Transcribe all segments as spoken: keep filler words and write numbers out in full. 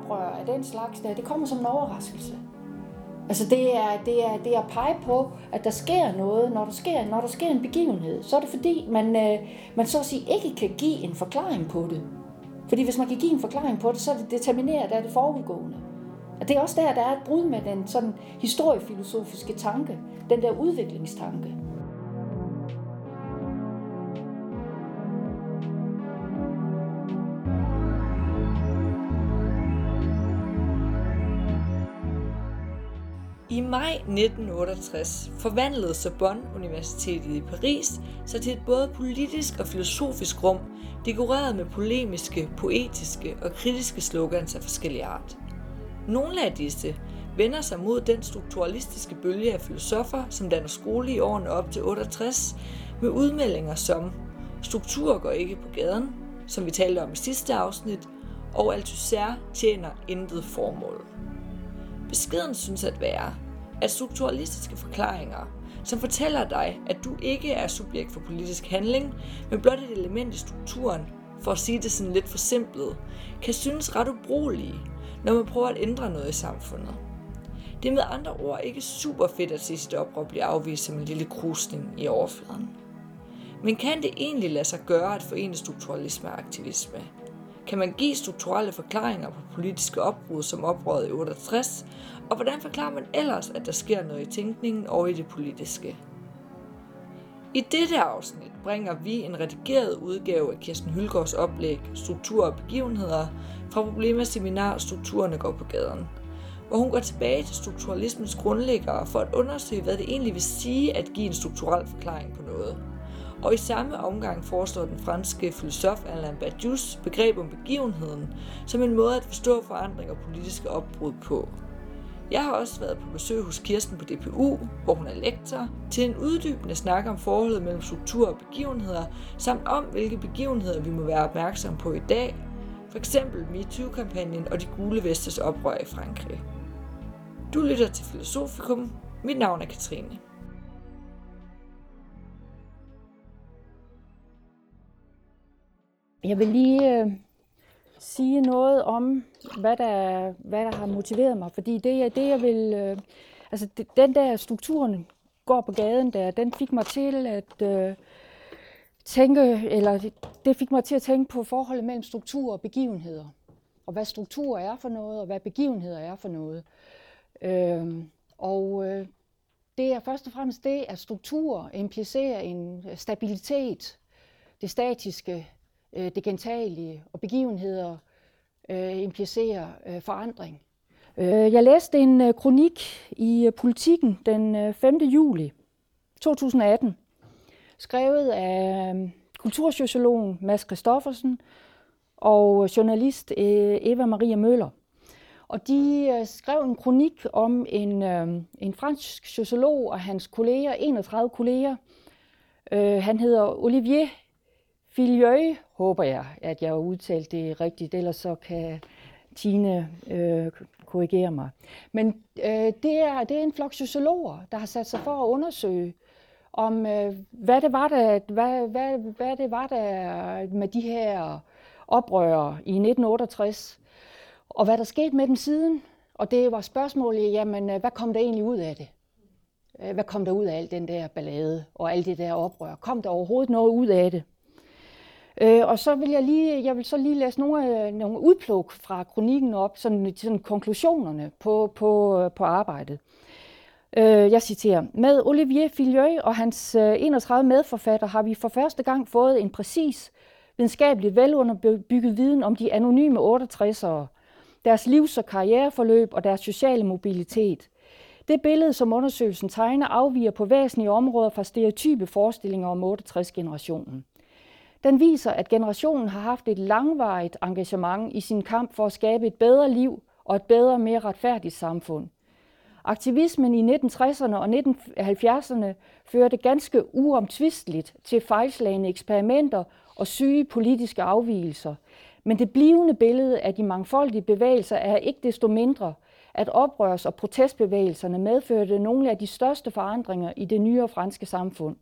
oprør af den slags der, det kommer som en overraskelse. Altså det er, det er, det er at pege på, at der sker noget, når der sker, når der sker en begivenhed. Så er det fordi, man, man så at sige ikke kan give en forklaring på det. Fordi hvis man kan give en forklaring på det, så er det determineret af det forudgående. Og det er også der, der er et brud med den sådan historiefilosofiske tanke, den der udviklingstanke. I maj nitten otteogtres forvandlede Sorbonne Universitetet i Paris sig til et både politisk og filosofisk rum, dekoreret med polemiske, poetiske og kritiske slogans af forskellige art. Nogle af disse vender sig mod den strukturalistiske bølge af filosofer, som danner skole i årene op til otteogtres, med udmeldinger som struktur går ikke på gaden, som vi talte om i sidste afsnit, og Althusser tjener intet formål. Beskeden synes at være, at strukturalistiske forklaringer, som fortæller dig, at du ikke er subjekt for politisk handling, men blot et element i strukturen, for at sige det sådan lidt forsimplet, kan synes ret ubrugelige, når man prøver at ændre noget i samfundet. Det er med andre ord ikke super fedt at se sit opråb blive afvist som en lille krusning i overfladen. Men kan det egentlig lade sig gøre at forene strukturalisme og aktivisme? Kan man give strukturelle forklaringer på politiske opbrud som oprøret i otteogtres, og hvordan forklarer man ellers, at der sker noget i tænkningen og i det politiske? I dette afsnit bringer vi en redigeret udgave af Kirsten Hylgaards oplæg Struktur og begivenheder fra Problema Seminar Strukturerne går på gaden, hvor hun går tilbage til strukturalismens grundlæggere for at undersøge, hvad det egentlig vil sige at give en strukturel forklaring på noget. Og i samme omgang foreslår den franske filosof Alain Badiou's begreb om begivenheden som en måde at forstå forandring og politiske opbrud på. Jeg har også været på besøg hos Kirsten på D P U, hvor hun er lektor, til en uddybende snak om forholdet mellem struktur og begivenheder, samt om hvilke begivenheder vi må være opmærksom på i dag, f.eks. MeToo-kampagnen og de gule vestes oprør i Frankrig. Du lytter til Filosofikum. Mit navn er Katrine. Jeg vil lige øh, sige noget om, hvad der, hvad der har motiveret mig, fordi det er det, jeg vil... Øh, altså, det, den der strukturen går på gaden der, den fik mig til at øh, tænke, eller det, det fik mig til at tænke på forholdet mellem struktur og begivenheder. Og hvad struktur er for noget, og hvad begivenheder er for noget. Øh, og øh, det er først og fremmest det, at struktur implicerer en stabilitet, det statiske, det gentagelige, og begivenheder øh, implicerer øh, forandring. Øh, jeg læste en øh, kronik i øh, Politiken den øh, femte juli to tusind atten, skrevet af øh, kultursociologen Mads Christoffersen og journalist øh, Eva Maria Møller. Og de øh, skrev en kronik om en, øh, en fransk sociolog og hans kolleger, enogtredive kolleger. Øh, han hedder Olivier Filieu, håber jeg, at jeg har udtalt det rigtigt, ellers så kan Tine øh, korrigere mig. Men øh, det, er, det er en flok sociologer, der har sat sig for at undersøge, om øh, hvad, det var, der, hvad, hvad, hvad det var der med de her oprørere i nitten otteogtres, og hvad der skete med dem siden. Og det var spørgsmålet, jamen, hvad kom der egentlig ud af det? Hvad kom der ud af al den der ballade og alt det der oprør? Kom der overhovedet noget ud af det? Øh, og så vil jeg lige, jeg vil så lige læse nogle, nogle udpluk fra kronikken op, sådan, sådan konklusionerne på, på, på arbejdet. Øh, jeg citerer: Med Olivier Filieu og hans enogtredive medforfatter har vi for første gang fået en præcis, videnskabeligt velunderbygget viden om de anonyme otteogtressere, deres livs- og karriereforløb og deres sociale mobilitet. Det billede, som undersøgelsen tegner, afviger på væsentlige områder fra stereotype forestillinger om otteogtres-generationen. Den viser, at generationen har haft et langvarigt engagement i sin kamp for at skabe et bedre liv og et bedre, mere retfærdigt samfund. Aktivismen i nitten tresserne og nitten halvfjerdserne førte ganske uomtvisteligt til fejlslagne eksperimenter og syge politiske afvigelser. Men det blivende billede af de mangfoldige bevægelser er ikke desto mindre, at oprørs- og protestbevægelserne medførte nogle af de største forandringer i det nyere franske samfund.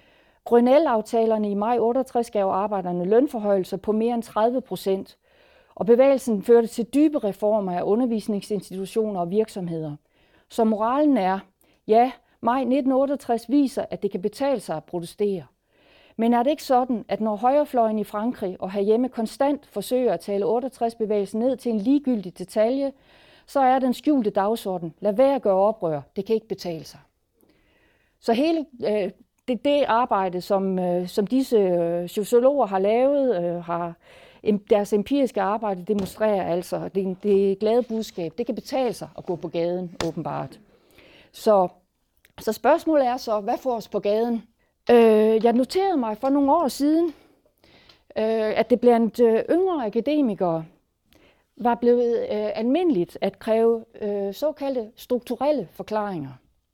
Grenelle-aftalerne i maj otteogtres gav arbejderne lønforhøjelser på mere end tredive procent, Og bevægelsen førte til dybe reformer af undervisningsinstitutioner og virksomheder. Så moralen er, ja, maj nitten otteogtres viser, at det kan betale sig at protestere. Men er det ikke sådan, at når højrefløjen i Frankrig og herhjemme konstant forsøger at tale otteogtres-bevægelsen ned til en ligegyldig detalje, så er den skjulte dagsorden, lad være at gøre oprør, det kan ikke betale sig. Så hele øh, det, det arbejde, som, øh, som disse øh, sociologer har lavet, øh, har, deres empiriske arbejde demonstrerer altså, det, det glade budskab, det kan betale sig at gå på gaden, åbenbart. Så, så spørgsmålet er så, hvad får os på gaden? Øh, jeg noterede mig for nogle år siden, øh, at det blandt øh, yngre akademikere var blevet øh, almindeligt at kræve øh, såkaldte strukturelle forklaringer.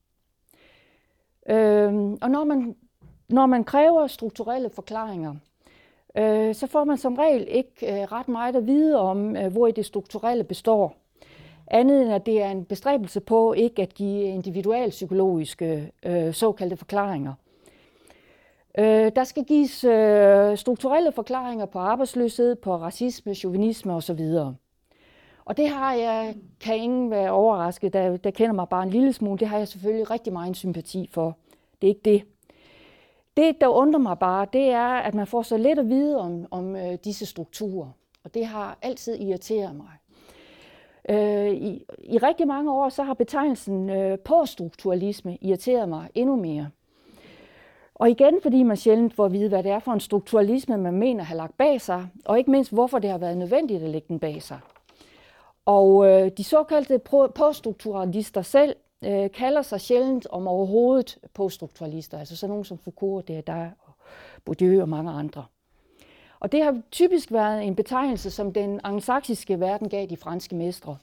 Øh, og når man, når man kræver strukturelle forklaringer, øh, så får man som regel ikke øh, ret meget at vide om, øh, hvor det strukturelle består. Andet end at det er en bestræbelse på ikke at give individualpsykologiske øh, såkaldte forklaringer. Øh, der skal gives øh, strukturelle forklaringer på arbejdsløshed, på racisme, chauvinisme osv. Og det har jeg, kan ingen være overrasket, der, der kender mig bare en lille smule, det har jeg selvfølgelig rigtig meget sympati for. Det er ikke det. Det, der undrer mig bare, det er, at man får så lidt at vide om, om øh, disse strukturer. Og det har altid irriteret mig. Øh, i, I rigtig mange år, så har betegnelsen øh, poststrukturalisme irriteret mig endnu mere. Og igen, fordi man sjældent får at vide, hvad det er for en strukturalisme, man mener har lagt bag sig, og ikke mindst, hvorfor det har været nødvendigt at lægge den bag sig. Og øh, de såkaldte poststrukturalister selv øh, kalder sig sjældent om overhovedet poststrukturalister, altså sådan nogle som Foucault, Derrida, Bourdieu og mange andre. Og det har typisk været en betegnelse, som den angelsaksiske verden gav de franske mestre.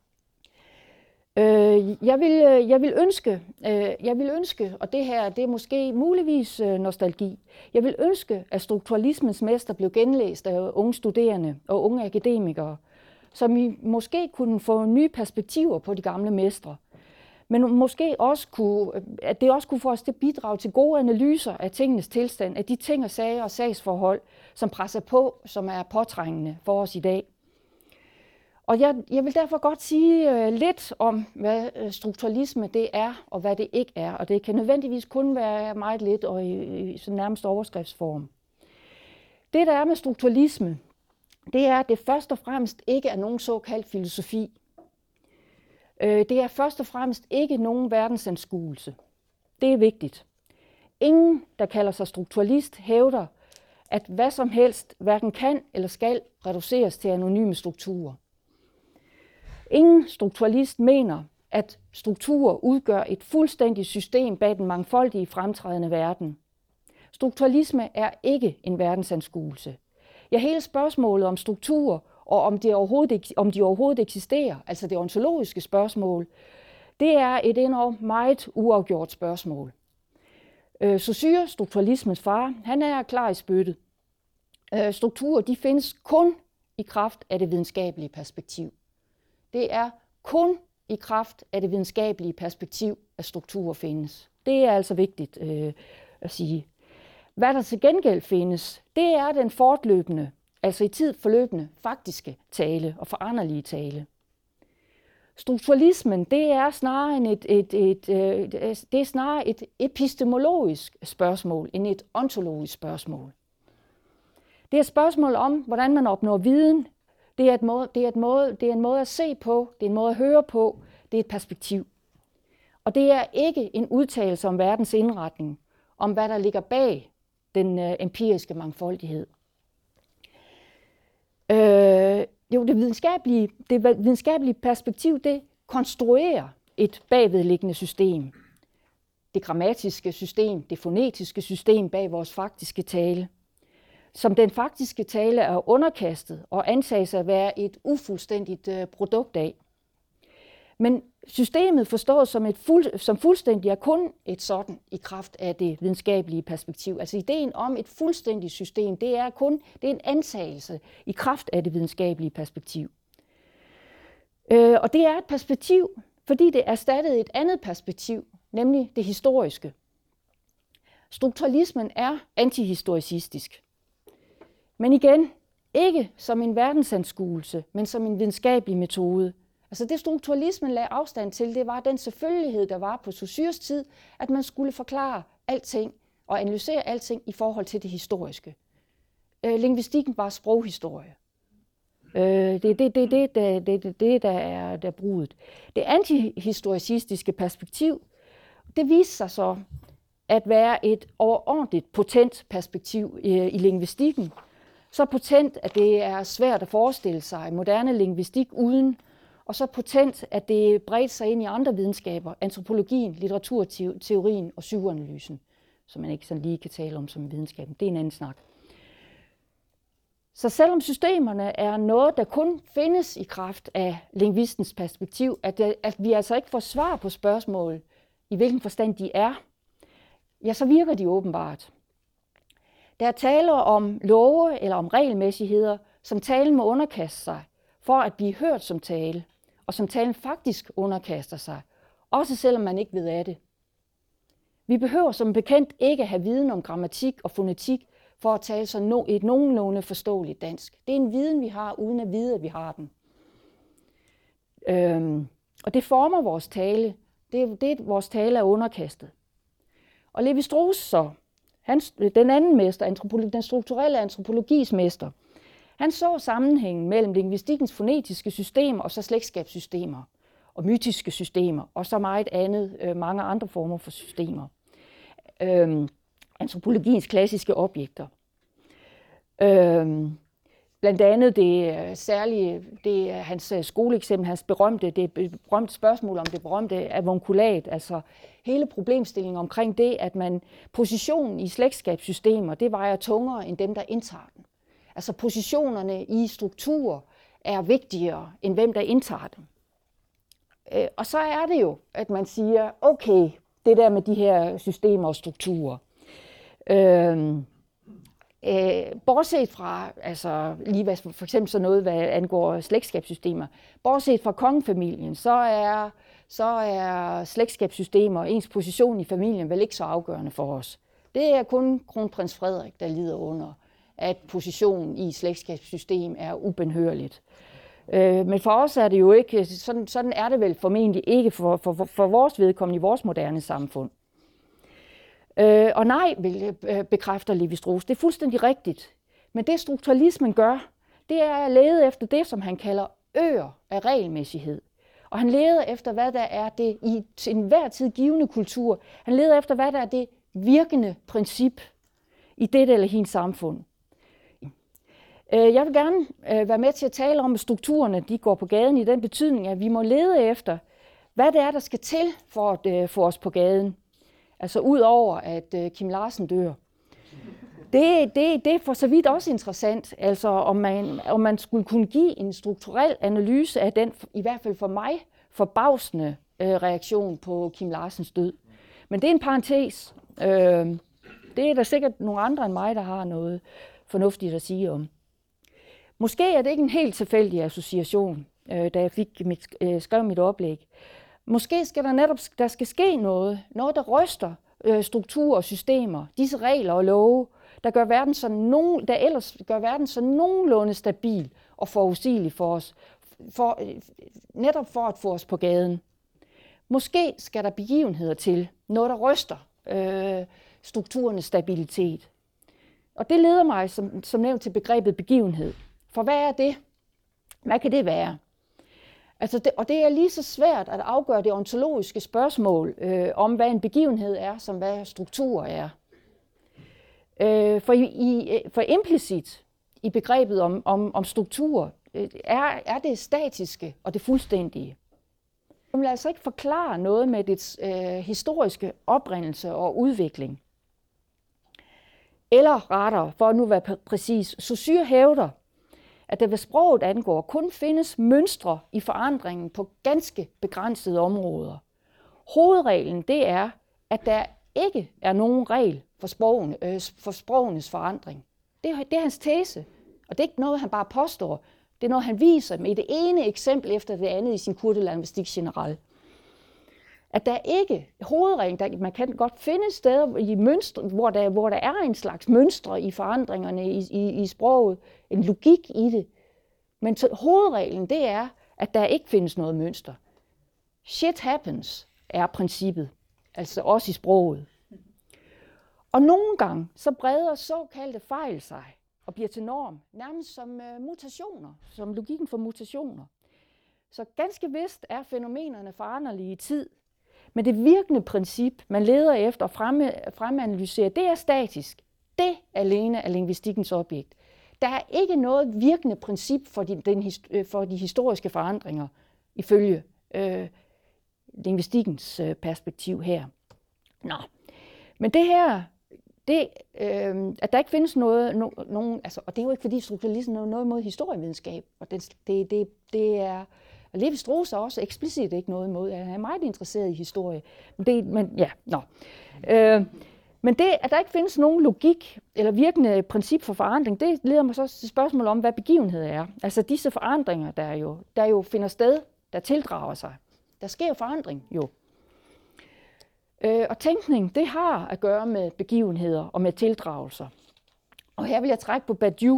Øh, jeg, vil, jeg, vil ønske, øh, jeg vil ønske, og det her det er måske muligvis øh, nostalgi, jeg vil ønske, at strukturalismens mester blev genlæst af unge studerende og unge akademikere, som I måske kunne få nye perspektiver på de gamle mestre. Men måske også kunne, at det også kunne få os til at bidrage til gode analyser af tingenes tilstand, af de ting og sager og sagsforhold, som presser på, som er påtrængende for os i dag. Og jeg, jeg vil derfor godt sige uh, lidt om, hvad strukturalisme det er, og hvad det ikke er. Og det kan nødvendigvis kun være meget lidt og i, i sådan nærmest overskriftsform. Det, der er med strukturalisme, det er, at det først og fremmest ikke er nogen såkaldt filosofi. Det er først og fremmest ikke nogen verdensanskuelse. Det er vigtigt. Ingen, der kalder sig strukturalist, hævder, at hvad som helst hverken kan eller skal reduceres til anonyme strukturer. Ingen strukturalist mener, at strukturer udgør et fuldstændigt system bag den mangfoldige fremtrædende verden. Strukturalisme er ikke en verdensanskuelse. Ja, hele spørgsmålet om strukturer og om de, overhovedet, om de overhovedet eksisterer, altså det ontologiske spørgsmål, det er et enormt meget uafgjort spørgsmål. Øh, Saussure, strukturalismens far, han er klar i spyttet. Øh, strukturer, de findes kun i kraft af det videnskabelige perspektiv. Det er kun i kraft af det videnskabelige perspektiv, at strukturer findes. Det er altså vigtigt øh, at sige. Hvad der til gengæld findes, det er den fortløbende, altså i tid forløbende, faktiske tale og foranderlige tale. Strukturalismen, det er snarere, en et, et, et, et, det er snarere et epistemologisk spørgsmål end et ontologisk spørgsmål. Det er et spørgsmål om, hvordan man opnår viden. Det er, et måde, det, er et måde, det er en måde at se på, det er en måde at høre på, det er et perspektiv. Og det er ikke en udtalelse om verdens indretning, om hvad der ligger bag den øh, empiriske mangfoldighed. Øh, jo, det videnskabelige, det videnskabelige perspektiv, det konstruerer et bagvedliggende system. Det grammatiske system, det fonetiske system bag vores faktiske tale, som den faktiske tale er underkastet og antages at være et ufuldstændigt øh, produkt af. Men systemet forstås som, et fuld, som fuldstændig er kun et sådan i kraft af det videnskabelige perspektiv. Altså ideen om et fuldstændigt system, det er kun det er en antagelse i kraft af det videnskabelige perspektiv. Øh, og det er et perspektiv, fordi det erstattede et andet perspektiv, nemlig det historiske. Strukturalismen er antihistoricistisk. Men igen, Ikke som en verdensanskuelse, men som en videnskabelig metode. Altså det strukturalismen lagde afstand til, det var den selvfølgelighed, der var på Saussures tid, at man skulle forklare alting og analysere alting i forhold til det historiske. Øh, lingvistikken var sproghistorie. Øh, det er det, det, det, det, det, det, det, der er der brudet. Det antihistoricistiske perspektiv, det viste sig så at være et overordentligt potent perspektiv i, i lingvistikken. Så potent, at det er svært at forestille sig moderne lingvistik uden, og så potent, at det bredte sig ind i andre videnskaber, antropologien, litteraturteorien og psykoanalysen, som man ikke sådan lige kan tale om som videnskaben. Det er en anden snak. Så selvom systemerne er noget, der kun findes i kraft af lingvistens perspektiv, at, det, at vi altså ikke får svar på spørgsmål, i hvilken forstand de er, ja, så virker de åbenbart. Der er tale om love eller om regelmæssigheder, som talen må underkaste sig, for at blive hørt som tale, og som talen faktisk underkaster sig, også selvom man ikke ved af det. Vi behøver som bekendt ikke have viden om grammatik og fonetik, for at tale så no, et nogenlunde forståeligt dansk. Det er en viden, vi har, uden at vide, at vi har den. Øhm, og det former vores tale. Det, det vores tale er underkastet. Og Lévi-Strauss så, han, den anden mester, den strukturelle antropologis mester, han så sammenhængen mellem lingvistikkens fonetiske systemer og så slægtskabssystemer og mytiske systemer og så meget andet, øh, mange andre former for systemer. Øhm, antropologiens klassiske objekter. Øhm, blandt andet det særlige, det er hans skoleeksempel, hans berømte, det berømte spørgsmål om det berømte avunculat, altså hele problemstillingen omkring det, at man positionen i slægtskabssystemer, det vejer tungere end dem, der indtager den. Altså positionerne i strukturer er vigtigere end hvem, der indtager dem. Øh, og så er det jo, at man siger, okay, det der med de her systemer og strukturer. Øh, øh, bortset fra, altså lige hvad, for eksempel sådan noget, hvad angår slægtskabssystemer, bortset fra kongefamilien, så er, så er slægtskabssystemer og ens position i familien vel ikke så afgørende for os. Det er kun kronprins Frederik, der lider under, at positionen i slægtskabssystem er ubenhørligt. Øh, men for os er det jo ikke, sådan, sådan er det vel formentlig ikke for, for, for vores vedkommende i vores moderne samfund. Øh, og nej, vil, øh, bekræfter Lévi-Strauss, det er fuldstændig rigtigt. Men det strukturalismen gør, det er at lede efter det, som han kalder øer af regelmæssighed. Og han leder efter, hvad der er det i til enhver tid givende kultur. Han leder efter, hvad der er det virkende princip i dette eller hendes samfund. Jeg vil gerne være med til at tale om, at strukturerne de går på gaden i den betydning, at vi må lede efter, hvad det er, der skal til for at få os på gaden. Altså ud over, at Kim Larsen dør. Det, det, det er for så vidt også interessant, altså om man, om man skulle kunne give en strukturel analyse af den, i hvert fald for mig, forbavsende øh, reaktion på Kim Larsens død. Men det er en parentes. Øh, det er der sikkert nogle andre end mig, der har noget fornuftigt at sige om. Måske er det ikke en helt tilfældig association, øh, da jeg fik mit, øh, skrev mit oplæg. Måske skal der netop der skal ske noget, noget der ryster øh, strukturer og systemer, disse regler og love, der gør verden så nogen, der ellers gør verden så nogenlunde stabil og forudsigelig for os, for, netop for at få os på gaden. Måske skal der begivenheder til, noget der ryster øh, strukturernes stabilitet. Og det leder mig som, som nævnt til begrebet begivenhed. For hvad er det? Hvad kan det være? Altså det, og det er lige så svært at afgøre det ontologiske spørgsmål øh, om, hvad en begivenhed er, som hvad strukturer er. Øh, for, i, for implicit i begrebet om, om, om strukturer øh, er, er det statiske og det fuldstændige. Jeg vil altså ikke forklare noget med dets øh, historiske oprindelse og udvikling. Eller rettere, for at nu være præcis, Saussure hævder, at der hvad sproget angår kun findes mønstre i forandringen på ganske begrænsede områder. Hovedreglen det er, at der ikke er nogen regel for, sprogene, øh, for sprogenes forandring. Det er, det er hans tese, og det er ikke noget, han bare påstår. Det er noget, han viser med det ene eksempel efter det andet i sin Cours de linguistique générale. at der ikke, hovedreglen, der, man kan godt finde steder i mønstre, hvor der, hvor der er en slags mønstre i forandringerne i, i, i sproget, en logik i det. Men så, hovedreglen, det er, at der ikke findes noget mønster. Shit happens er princippet, altså også i sproget. Og nogle gange, så breder såkaldte fejl sig og bliver til norm, nærmest som uh, mutationer, som logikken for mutationer. Så ganske vist er fænomenerne foranderlige i tid, men det virkende princip, man leder efter at fremme, fremanalysere, det er statisk. Det alene er lingvistikkens objekt. Der er ikke noget virkende princip for de, den, for de historiske forandringer, ifølge øh, lingvistikkens øh, perspektiv her. Nå, men det her, det, øh, at der ikke findes noget, no, nogen, altså, og det er jo ikke fordi strukturalismen er noget mod historievidenskab, og det, det, det, det er, og Lévi-Strauss er også eksplicit ikke noget imod, han er meget interesseret i historie, men, det, men ja, nå. Øh, Men det, at der ikke findes nogen logik eller virkende princip for forandring, det leder mig så til spørgsmål om, hvad begivenhed er. Altså disse forandringer, der jo, der jo finder sted, der tildrager sig. Der sker jo forandring, jo. Øh, og tænkning, det har at gøre med begivenheder og med tildragelser. Og her vil jeg trække på Badiou,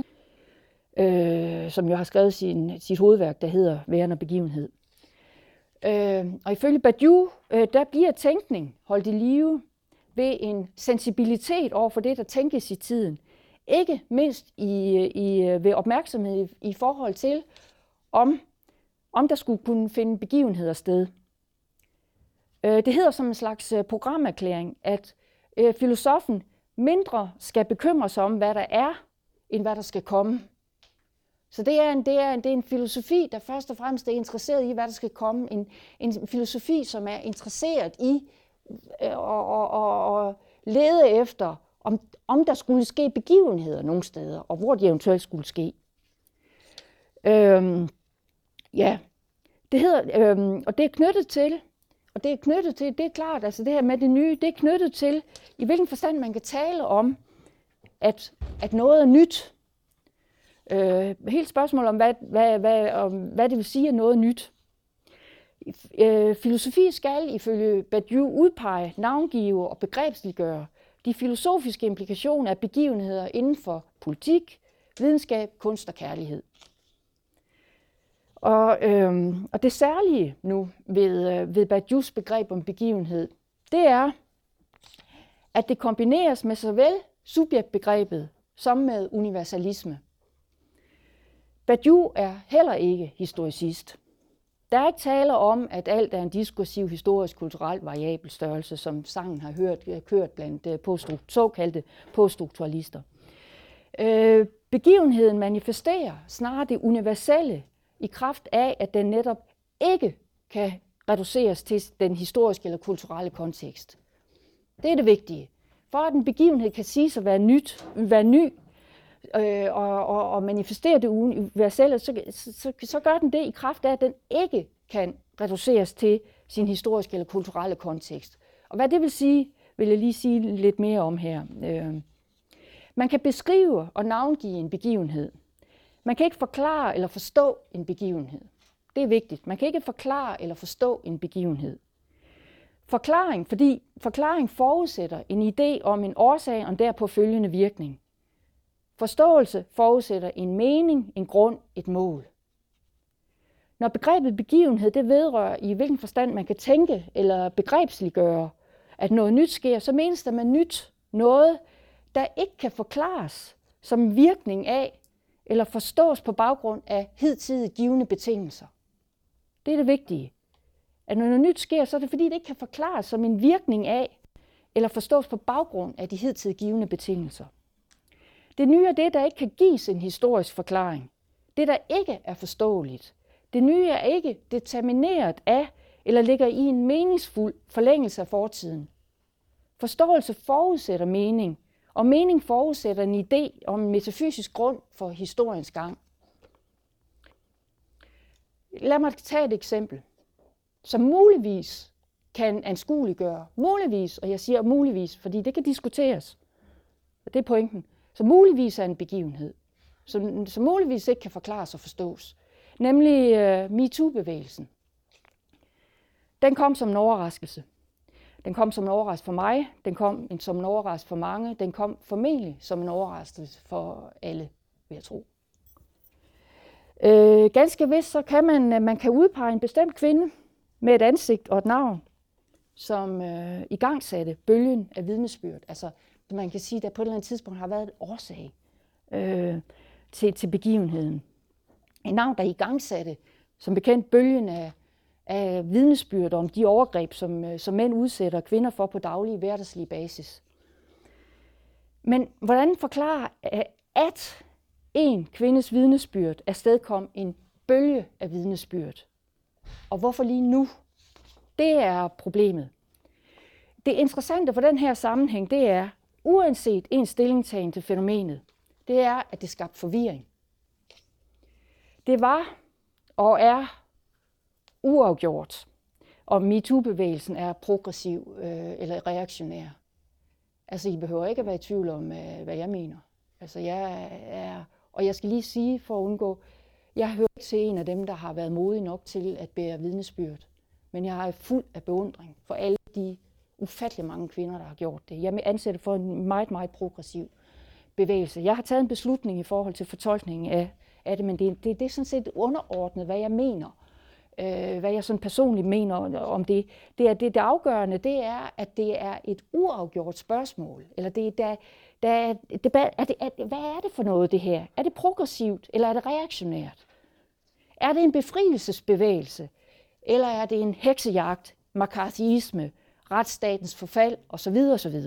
øh, som jo har skrevet sin, sit hovedværk, der hedder Væren og begivenhed. Øh, og ifølge Badiou, øh, der bliver tænkning holdt i live ved en sensibilitet over for det, der tænkes i tiden. Ikke mindst i, i, ved opmærksomhed i, i forhold til, om, om der skulle kunne finde begivenheder sted. Det hedder som en slags programerklæring, at øh, filosofen mindre skal bekymre sig om, hvad der er, end hvad der skal komme. Så det er, en, det, er en, det er en filosofi, der først og fremmest er interesseret i, hvad der skal komme. En, en filosofi, som er interesseret i Og, og, og, og lede efter, om, om der skulle ske begivenheder nogle steder, og hvor de eventuelt skulle ske. Øhm, ja, det hedder, øhm, og det er knyttet til, og det er knyttet til, det er klart, altså det her med det nye, det er knyttet til, i hvilken forstand man kan tale om, at, at noget er nyt. Øh, helt spørgsmål om hvad, hvad, hvad, om, hvad det vil sige, at noget er nyt. Filosofi skal ifølge Badiou udpege, navngive og begrebsliggøre de filosofiske implikationer af begivenheder inden for politik, videnskab, kunst og kærlighed. Og, øhm, og det særlige nu ved, ved Badious begreb om begivenhed, det er, at det kombineres med såvel subjektbegrebet som med universalisme. Badiou er heller ikke historicist. Der er ikke tale om, at alt er en diskursiv, historisk, kulturel variabel størrelse, som sangen har hørt, kørt blandt poststruktur, såkaldte poststrukturalister. Øh, begivenheden manifesterer snarere det universelle i kraft af, at den netop ikke kan reduceres til den historiske eller kulturelle kontekst. Det er det vigtige. For at en begivenhed kan siges at være, nyt, være ny øh, og, og, og manifestere det universelle, så, så, så gør den det i kraft af, at den ikke kan reduceres til sin historiske eller kulturelle kontekst. Og hvad det vil sige, vil jeg lige sige lidt mere om her. Øh, man kan beskrive og navngive en begivenhed. Man kan ikke forklare eller forstå en begivenhed. Det er vigtigt. Man kan ikke forklare eller forstå en begivenhed. Forklaring, fordi forklaring forudsætter en idé om en årsag og en derpå følgende virkning. Forståelse forudsætter en mening, en grund, et mål. Når begrebet begivenhed det vedrører, i hvilken forstand man kan tænke eller begrebsliggøre, at noget nyt sker, så menes der med nyt noget, der ikke kan forklares som virkning af eller forstås på baggrund af hidtidigt givne betingelser. Det er det vigtige. At når noget nyt sker, så er det fordi, det ikke kan forklares som en virkning af eller forstås på baggrund af de hidtidigt givne betingelser. Det nye er det, der ikke kan gives en historisk forklaring. Det, der ikke er forståeligt. Det nye er ikke determineret af eller ligger i en meningsfuld forlængelse af fortiden. Forståelse forudsætter mening, og mening forudsætter en idé om en metafysisk grund for historiens gang. Lad mig tage et eksempel, som muligvis kan anskueliggøre, muligvis, og jeg siger muligvis, fordi det kan diskuteres, og det er pointen, så muligvis er en begivenhed, som, som muligvis ikke kan forklares og forstås, nemlig uh, MeToo-bevægelsen. Den kom som en overraskelse. Den kom som en overraskelse for mig, den kom som en overraskelse for mange, den kom formentlig som en overraskelse for alle, vil jeg tro. Øh, ganske vist så kan man, man kan udpege en bestemt kvinde med et ansigt og et navn, som øh, igangsatte bølgen af vidnesbyrd. Altså man kan sige, at der på et eller andet tidspunkt har været et årsag øh, til, til begivenheden. En navn, der igangsatte som bekendt bølgen af, af vidnesbyrd om de overgreb, som, som mænd udsætter kvinder for på daglig hverdagslig basis. Men hvordan forklare, at en kvindes vidnesbyrd afstedkom en bølge af vidnesbyrd? Og hvorfor lige nu? Det er problemet. Det interessante for den her sammenhæng, det er, uanset en stillingtagen til fænomenet, det er, at det skabte forvirring. Det var og er uafgjort, om MeToo-bevægelsen er progressiv øh, eller reaktionær. Altså, I behøver ikke at være i tvivl om, øh, hvad jeg mener. Altså, jeg er, og jeg skal lige sige, for at undgå, jeg hører ikke til en af dem, der har været modig nok til at bære vidnesbyrd. Men jeg er fuld af beundring for alle de ufattelig mange kvinder, der har gjort det. Jeg anser det for en meget, meget progressiv bevægelse. Jeg har taget en beslutning i forhold til fortolkningen af, af det, men det, det, det er sådan set underordnet, hvad jeg mener. Øh, hvad jeg sådan personligt mener om det. Det, er, det, det afgørende, det er, at det er et uafgjort spørgsmål. Eller det, der, der er, debat, er det, er, hvad er det for noget, det her? Er det progressivt, eller er det reaktionært? Er det en befrielsesbevægelse, eller er det en heksejagt, McCarthyisme, retsstatens forfald osv. osv.?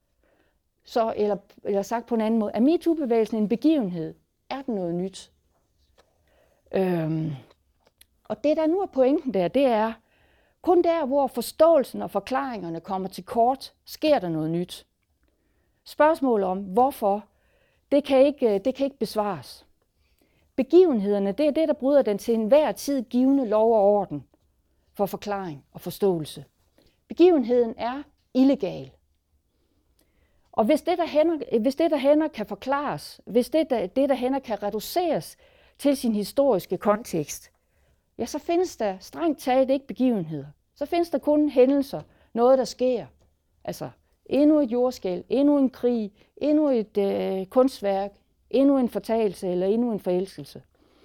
Så, eller, eller sagt på en anden måde, er MeToo-bevægelsen en begivenhed? Er den noget nyt? Øhm, og det, der nu er pointen der, det er, kun der, hvor forståelsen og forklaringerne kommer til kort, sker der noget nyt. Spørgsmålet om, hvorfor, det kan ikke, det kan ikke besvares. Begivenhederne, det er det, der bryder den til enhver tid givende lov og orden for forklaring og forståelse. Begivenheden er illegal. Og hvis det, der hænder, hvis det, der hænder kan forklares, hvis det, der, det, der hænder kan reduceres til sin historiske kontekst, ja, så findes der strengt taget ikke begivenheder. Så findes der kun hændelser, noget der sker. Altså endnu et jordskælv, endnu en krig, endnu et øh, kunstværk, endnu en fortalelse eller endnu en forelskelse.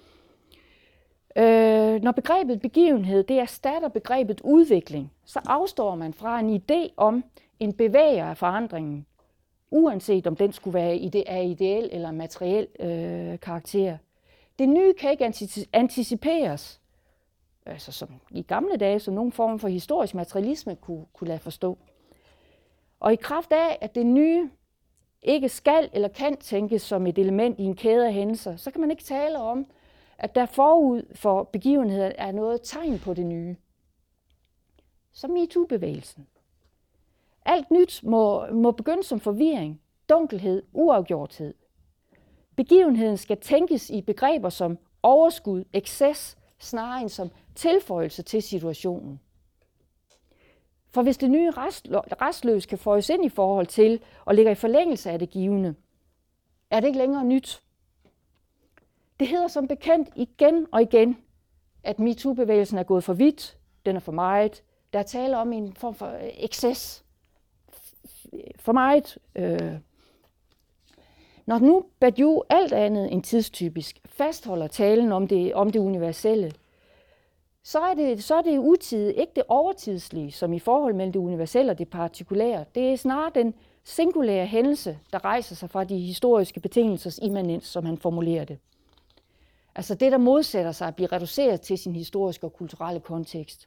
Øh, når begrebet begivenhed, det erstatter begrebet udvikling, så afstår man fra en idé om en bevæger af forandringen, uanset om den skulle være af ideel eller materiel øh, karakter. Det nye kan ikke anticiperes, altså som i gamle dage, som nogen form for historisk materialisme kunne, kunne lade forstå. Og i kraft af, at det nye ikke skal eller kan tænkes som et element i en kæde af hændelser, så kan man ikke tale om, at der forud for begivenheder er noget tegn på det nye. Som MeToo-bevægelsen. Alt nyt må, må begynde som forvirring, dunkelhed, uafgjorthed. Begivenheden skal tænkes i begreber som overskud, excess, snarere end som tilføjelse til situationen. For hvis det nye restløs kan føjes ind i forhold til og ligger i forlængelse af det givne, er det ikke længere nyt. Det hedder som bekendt igen og igen, at MeToo-bevægelsen er gået for vidt, den er for meget. Der er tale om en form for excess. For meget. Øh. Når nu Badiou alt andet end tidstypisk fastholder talen om det, om det universelle, så er det, så er det utidigt, ikke det overtidslige, som i forhold mellem det universelle og det partikulære. Det er snarere den singulære hændelse, der rejser sig fra de historiske betingelsers immanens, som han formulerer det. Altså det, der modsætter sig at blive reduceret til sin historiske og kulturelle kontekst.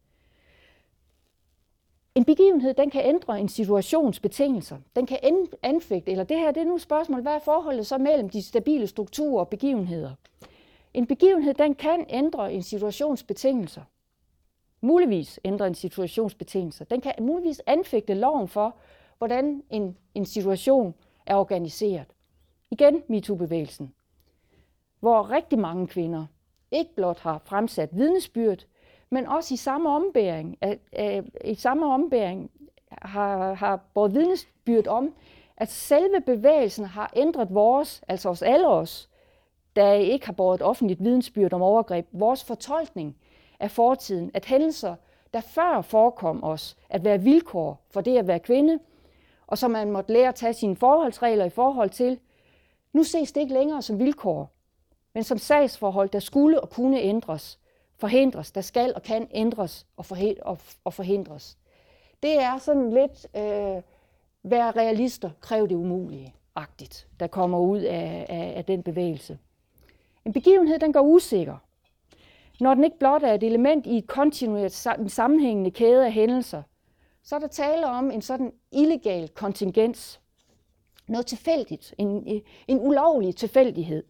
En begivenhed, den kan ændre en situations betingelser. Den kan anfægte, eller det her, det er nu et spørgsmål, hvad er forholdet så mellem de stabile strukturer og begivenheder? En begivenhed, den kan ændre en situations betingelser. Muligvis ændre en situations betingelser. Den kan muligvis anfægte loven for, hvordan en, en situation er organiseret. Igen MeToo-bevægelsen, hvor rigtig mange kvinder ikke blot har fremsat vidnesbyrd, men også i samme ombæring, i samme ombæring har, har båret vidnesbyrd om, at selve bevægelsen har ændret vores, altså os alle os, der ikke har båret offentligt vidnesbyrd om overgreb, vores fortolkning af fortiden, at hændelser, der før forekom os at være vilkår for det at være kvinde, og som man måtte lære at tage sine forholdsregler i forhold til, nu ses det ikke længere som vilkår, men som sagsforhold, der skulle og kunne ændres, forhindres, der skal og kan ændres og forhindres. Det er sådan lidt øh, være realister, kræv det umulige-agtigt, der kommer ud af, af, af den bevægelse. En begivenhed, den går usikker, når den ikke blot er et element i et kontinuert sammenhængende kæde af hændelser, så er der tale om en sådan illegal kontingens. Noget tilfældigt, en, en ulovlig tilfældighed.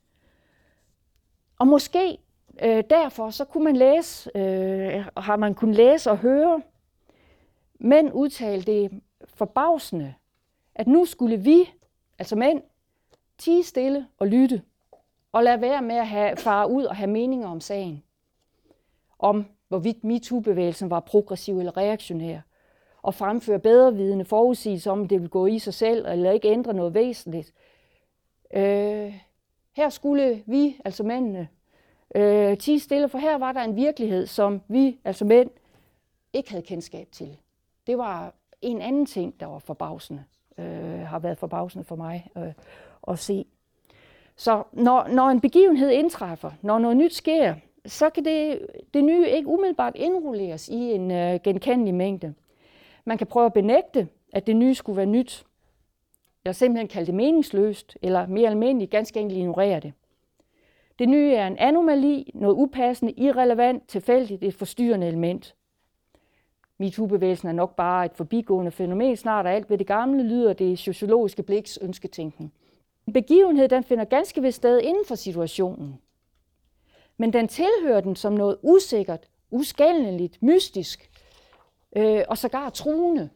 Og måske øh, derfor så kunne man læse, øh, har man kunnet læse og høre mænd udtale det forbavsende, at nu skulle vi, altså mænd, tie stille og lytte, og lade være med at have, fare ud og have meninger om sagen. Om hvorvidt MeToo-bevægelsen var progressiv eller reaktionær, og fremføre bedrevidende forudsigelser om, at det ville gå i sig selv, eller ikke ændre noget væsentligt. Øh, her skulle vi, altså mændene, øh, tie stille, for her var der en virkelighed, som vi, altså mænd, ikke havde kendskab til. Det var en anden ting, der var forbavsende, øh, har været forbavsende for mig øh, at se. Så når, når en begivenhed indtræffer, når noget nyt sker, så kan det, det nye ikke umiddelbart indrulleres i en øh, genkendelig mængde. Man kan prøve at benægte, at det nye skulle være nyt, eller simpelthen kalde det meningsløst, eller mere almindeligt ganske enkelt ignorere det. Det nye er en anomali, noget upassende, irrelevant, tilfældigt, et forstyrrende element. MeToo-bevægelsen er nok bare et forbigående fænomen, snart alt ved det gamle lyder det sociologiske bliks ønsketænkning. En begivenhed den finder ganske ved sted inden for situationen, men den tilhører den som noget usikkert, uskældeligt, mystisk øh, og sågar truende.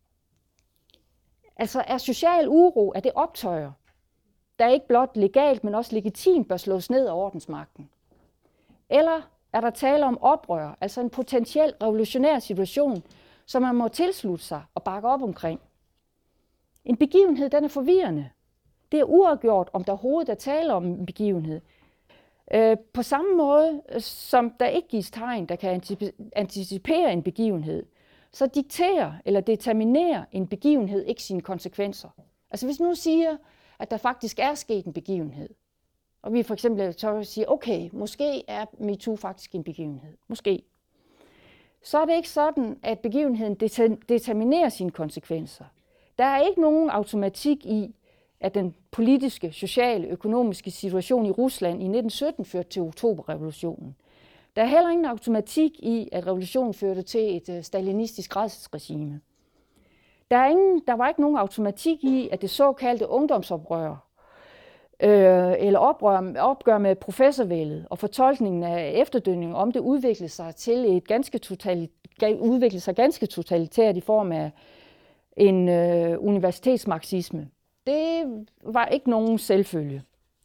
Altså er social uro, er det optøjer, der ikke blot legalt, men også legitimt bør slås ned af ordensmagten? Eller er der tale om oprør, altså en potentiel revolutionær situation, som man må tilslutte sig og bakke op omkring? En begivenhed, den er forvirrende. Det er uafgjort, om der overhovedet er tale om en begivenhed. Øh, på samme måde, som der ikke gives tegn, der kan anticipere en begivenhed, så dikterer eller determinerer en begivenhed ikke sine konsekvenser. Altså hvis nu siger, at der faktisk er sket en begivenhed, og vi for eksempel tør sige, okay, måske er MeToo faktisk en begivenhed. Måske. Så er det ikke sådan, at begivenheden determinerer sine konsekvenser. Der er ikke nogen automatik i, at den politiske, sociale, økonomiske situation i Rusland i nitten sytten førte til oktoberrevolutionen. Der er heller ingen automatik i, at revolutionen førte til et stalinistisk rædselsregime. Der, er ingen, der var ikke nogen automatik i, at det såkaldte ungdomsoprør øh, eller oprør, opgør med professorvældet og fortolkningen af efterdønninger om det udviklede sig til et ganske totalit, udviklede sig ganske totalitært i form af en øh, universitetsmarxisme. Det var ikke nogen selvfølge.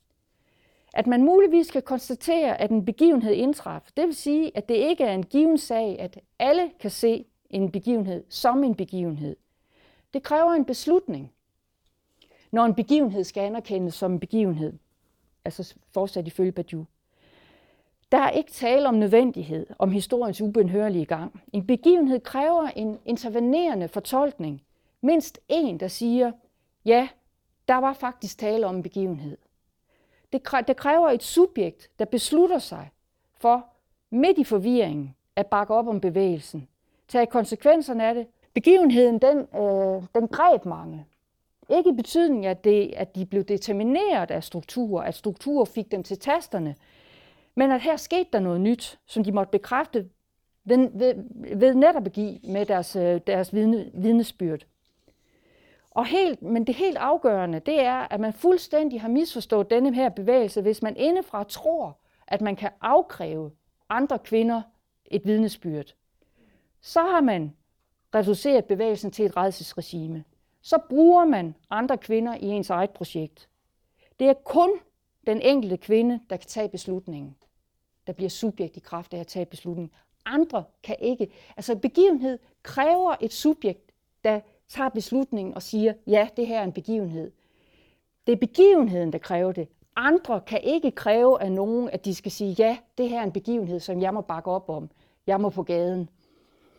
At man muligvis kan konstatere, at en begivenhed indtræf, det vil sige, at det ikke er en given sag, at alle kan se en begivenhed som en begivenhed. Det kræver en beslutning, når en begivenhed skal anerkendes som en begivenhed. Altså fortsat ifølge Badiou. Der er ikke tale om nødvendighed, om historiens ubenhørlige gang. En begivenhed kræver en intervenerende fortolkning. Mindst en, der siger, ja, der var faktisk tale om en begivenhed. Det kræver et subjekt, der beslutter sig for midt i forvirringen at bakke op om bevægelsen. Tage konsekvenserne af det. Begivenheden, den, øh, den greb mange. Ikke i betydning af, det, at de blev determineret af strukturer, at strukturer fik dem til tasterne, men at her skete der noget nyt, som de måtte bekræfte ved, ved, ved netop at give med deres, deres vidne, vidnesbyrd. Og helt, men det helt afgørende, det er, at man fuldstændig har misforstået denne her bevægelse, hvis man indefra tror, at man kan afkræve andre kvinder et vidnesbyrd. Så har man reduceret bevægelsen til et rædselsregime. Så bruger man andre kvinder i ens eget projekt. Det er kun den enkelte kvinde, der kan tage beslutningen. Der bliver subjekt i kraft af at tage beslutningen. Andre kan ikke. Altså begivenhed kræver et subjekt, der tager beslutningen og siger, ja, det her er en begivenhed. Det er begivenheden, der kræver det. Andre kan ikke kræve af nogen, at de skal sige, ja, det her er en begivenhed, som jeg må bakke op om. Jeg må på gaden.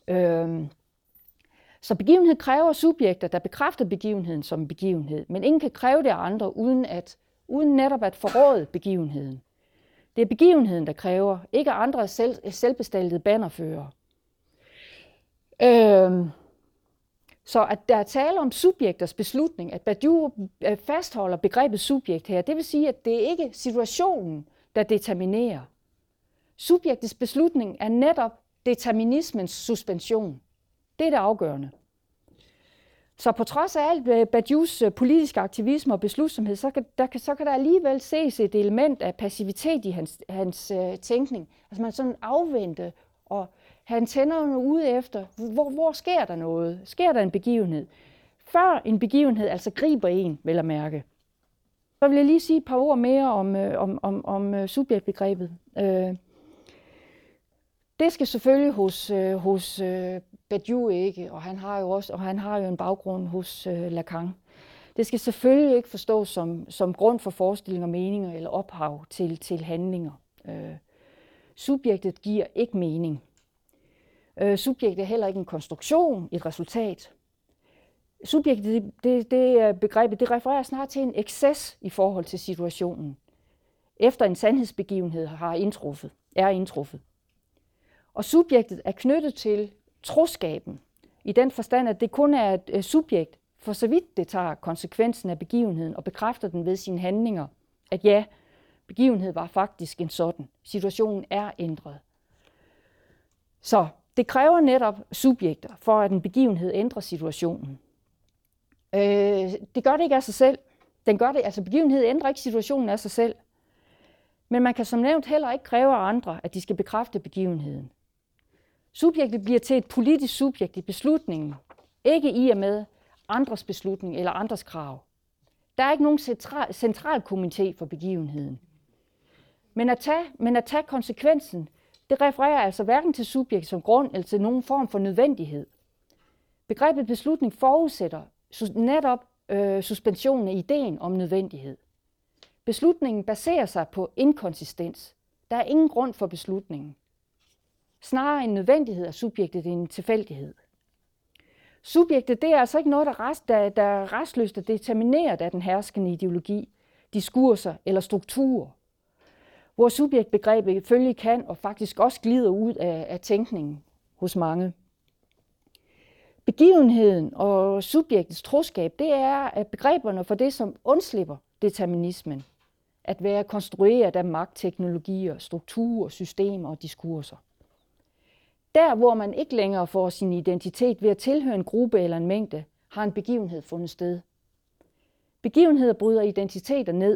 Øhm, så begivenhed kræver subjekter, der bekræfter begivenheden som en begivenhed, men ingen kan kræve det af andre, uden, at, uden netop at forråde begivenheden. Det er begivenheden, der kræver, ikke andre selv, selvbestaltede bannerfører. Øhm, så at der er tale om subjekters beslutning, at Badiou fastholder begrebet subjekt her, det vil sige, at det ikke er situationen, der determinerer. Subjektets beslutning er netop determinismens suspension. Det er det afgørende. Så på trods af alt Badious politiske aktivisme og beslutsomhed, så kan, der, så kan der alligevel ses et element af passivitet i hans, hans uh, tænkning. Altså man sådan afvente og have antennerne ude efter, hvor, hvor sker der noget? Sker der en begivenhed? Før en begivenhed altså griber en, vel at mærke. Så vil jeg lige sige et par ord mere om, om, om, om subjektbegrebet. Uh, det skal selvfølgelig hos, uh, hos uh, Badiou ikke, og han har jo også, og han har jo en baggrund hos uh, Lacan. Det skal selvfølgelig ikke forstås som, som grund for forestillinger, meninger eller ophav til, til handlinger. Uh, subjektet giver ikke mening. Uh, subjektet er heller ikke en konstruktion, et resultat. Subjektet, det, det begrebet, det refererer snart til en excess i forhold til situationen, efter en sandhedsbegivenhed har indtruffet, er indtruffet. Og subjektet er knyttet til troskaben, i den forstand, at det kun er et subjekt, for så vidt det tager konsekvensen af begivenheden og bekræfter den ved sine handlinger, at ja, begivenheden var faktisk en sådan. Situationen er ændret. Så det kræver netop subjekter, for at en begivenhed ændrer situationen. Øh, det gør det ikke af sig selv. Den gør det, altså begivenheden ændrer ikke situationen af sig selv. Men man kan som nævnt heller ikke kræve af andre, at de skal bekræfte begivenheden. Subjektet bliver til et politisk subjekt i beslutningen, ikke i og med andres beslutning eller andres krav. Der er ikke nogen central, central komité for begivenheden. Men at, tage, men at tage konsekvensen, det refererer altså hverken til subjekt som grund eller til nogen form for nødvendighed. Begrebet beslutning forudsætter netop øh, suspensionen af ideen om nødvendighed. Beslutningen baserer sig på inkonsistens. Der er ingen grund for beslutningen. Snarere en nødvendighed er subjektet en tilfældighed. Subjektet det er altså ikke noget, der, rest, der, der er restløst og determineret af den herskende ideologi, diskurser eller strukturer, hvor subjektbegrebet ifølge kan og faktisk også glider ud af, af tænkningen hos mange. Begivenheden og subjektets troskab, det er at begreberne for det, som undslipper determinismen, at være konstrueret af magtteknologier, strukturer, systemer og diskurser. Der, hvor man ikke længere får sin identitet ved at tilhøre en gruppe eller en mængde, har en begivenhed fundet sted. Begivenheder bryder identiteter ned.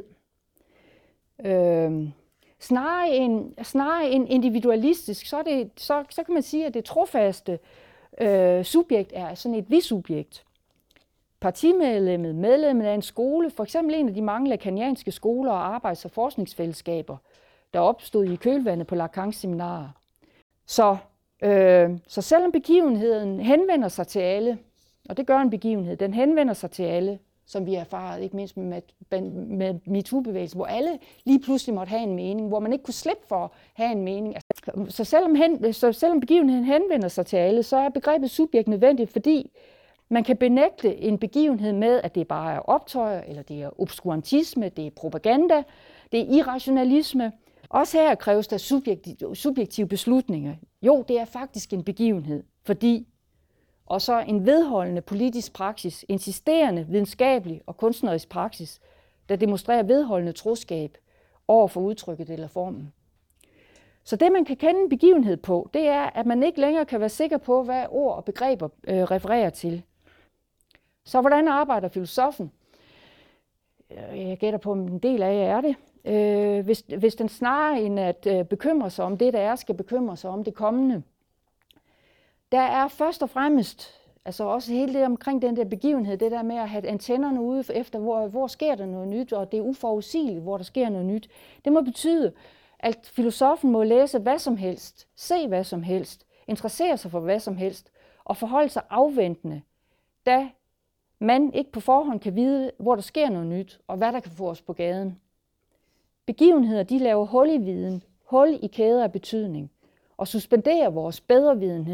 Øh, snarere, end, snarere end individualistisk, så, er det, så, så kan man sige, at det trofaste øh, subjekt er sådan et vi-subjekt. Partimedlemmet, medlemmet af en skole, for eksempel en af de mange lacanianske skoler og arbejds- og forskningsfællesskaber, der opstod i kølvandet på Lacans seminarer. Så Øh, så selvom begivenheden henvender sig til alle, og det gør en begivenhed, den henvender sig til alle, som vi har erfaret, ikke mindst med, med MeToo-bevægelsen, hvor alle lige pludselig måtte have en mening, hvor man ikke kunne slippe for at have en mening. Så selvom, hen, så selvom begivenheden henvender sig til alle, så er begrebet subjekt nødvendigt, fordi man kan benægte en begivenhed med, at det bare er optøjer, eller det er obskurantisme, det er propaganda, det er irrationalisme. Også her kræves der subjektive, subjektive beslutninger. Jo, det er faktisk en begivenhed, fordi og så en vedholdende politisk praksis, insisterende videnskabelig og kunstnerisk praksis, der demonstrerer vedholdende troskab over for udtrykket eller formen. Så det, man kan kende en begivenhed på, det er, at man ikke længere kan være sikker på, hvad ord og begreber øh, refererer til. Så hvordan arbejder filosofen? Jeg gætter på, en del af jer er det. Øh, hvis, hvis den snarere end at øh, bekymre sig om det, der er, skal bekymre sig om det kommende. Der er først og fremmest, altså også hele det omkring den der begivenhed, det der med at have antennerne ude efter, hvor, hvor sker der noget nyt, og det er uforudsigeligt, hvor der sker noget nyt. Det må betyde, at filosofen må læse hvad som helst, se hvad som helst, interessere sig for hvad som helst, og forholde sig afventende, da man ikke på forhånd kan vide, hvor der sker noget nyt, og hvad der kan få os på gaden. Begivenheder, de laver hul i viden, hul i kæder af betydning, og suspenderer vores bedrevidenhed,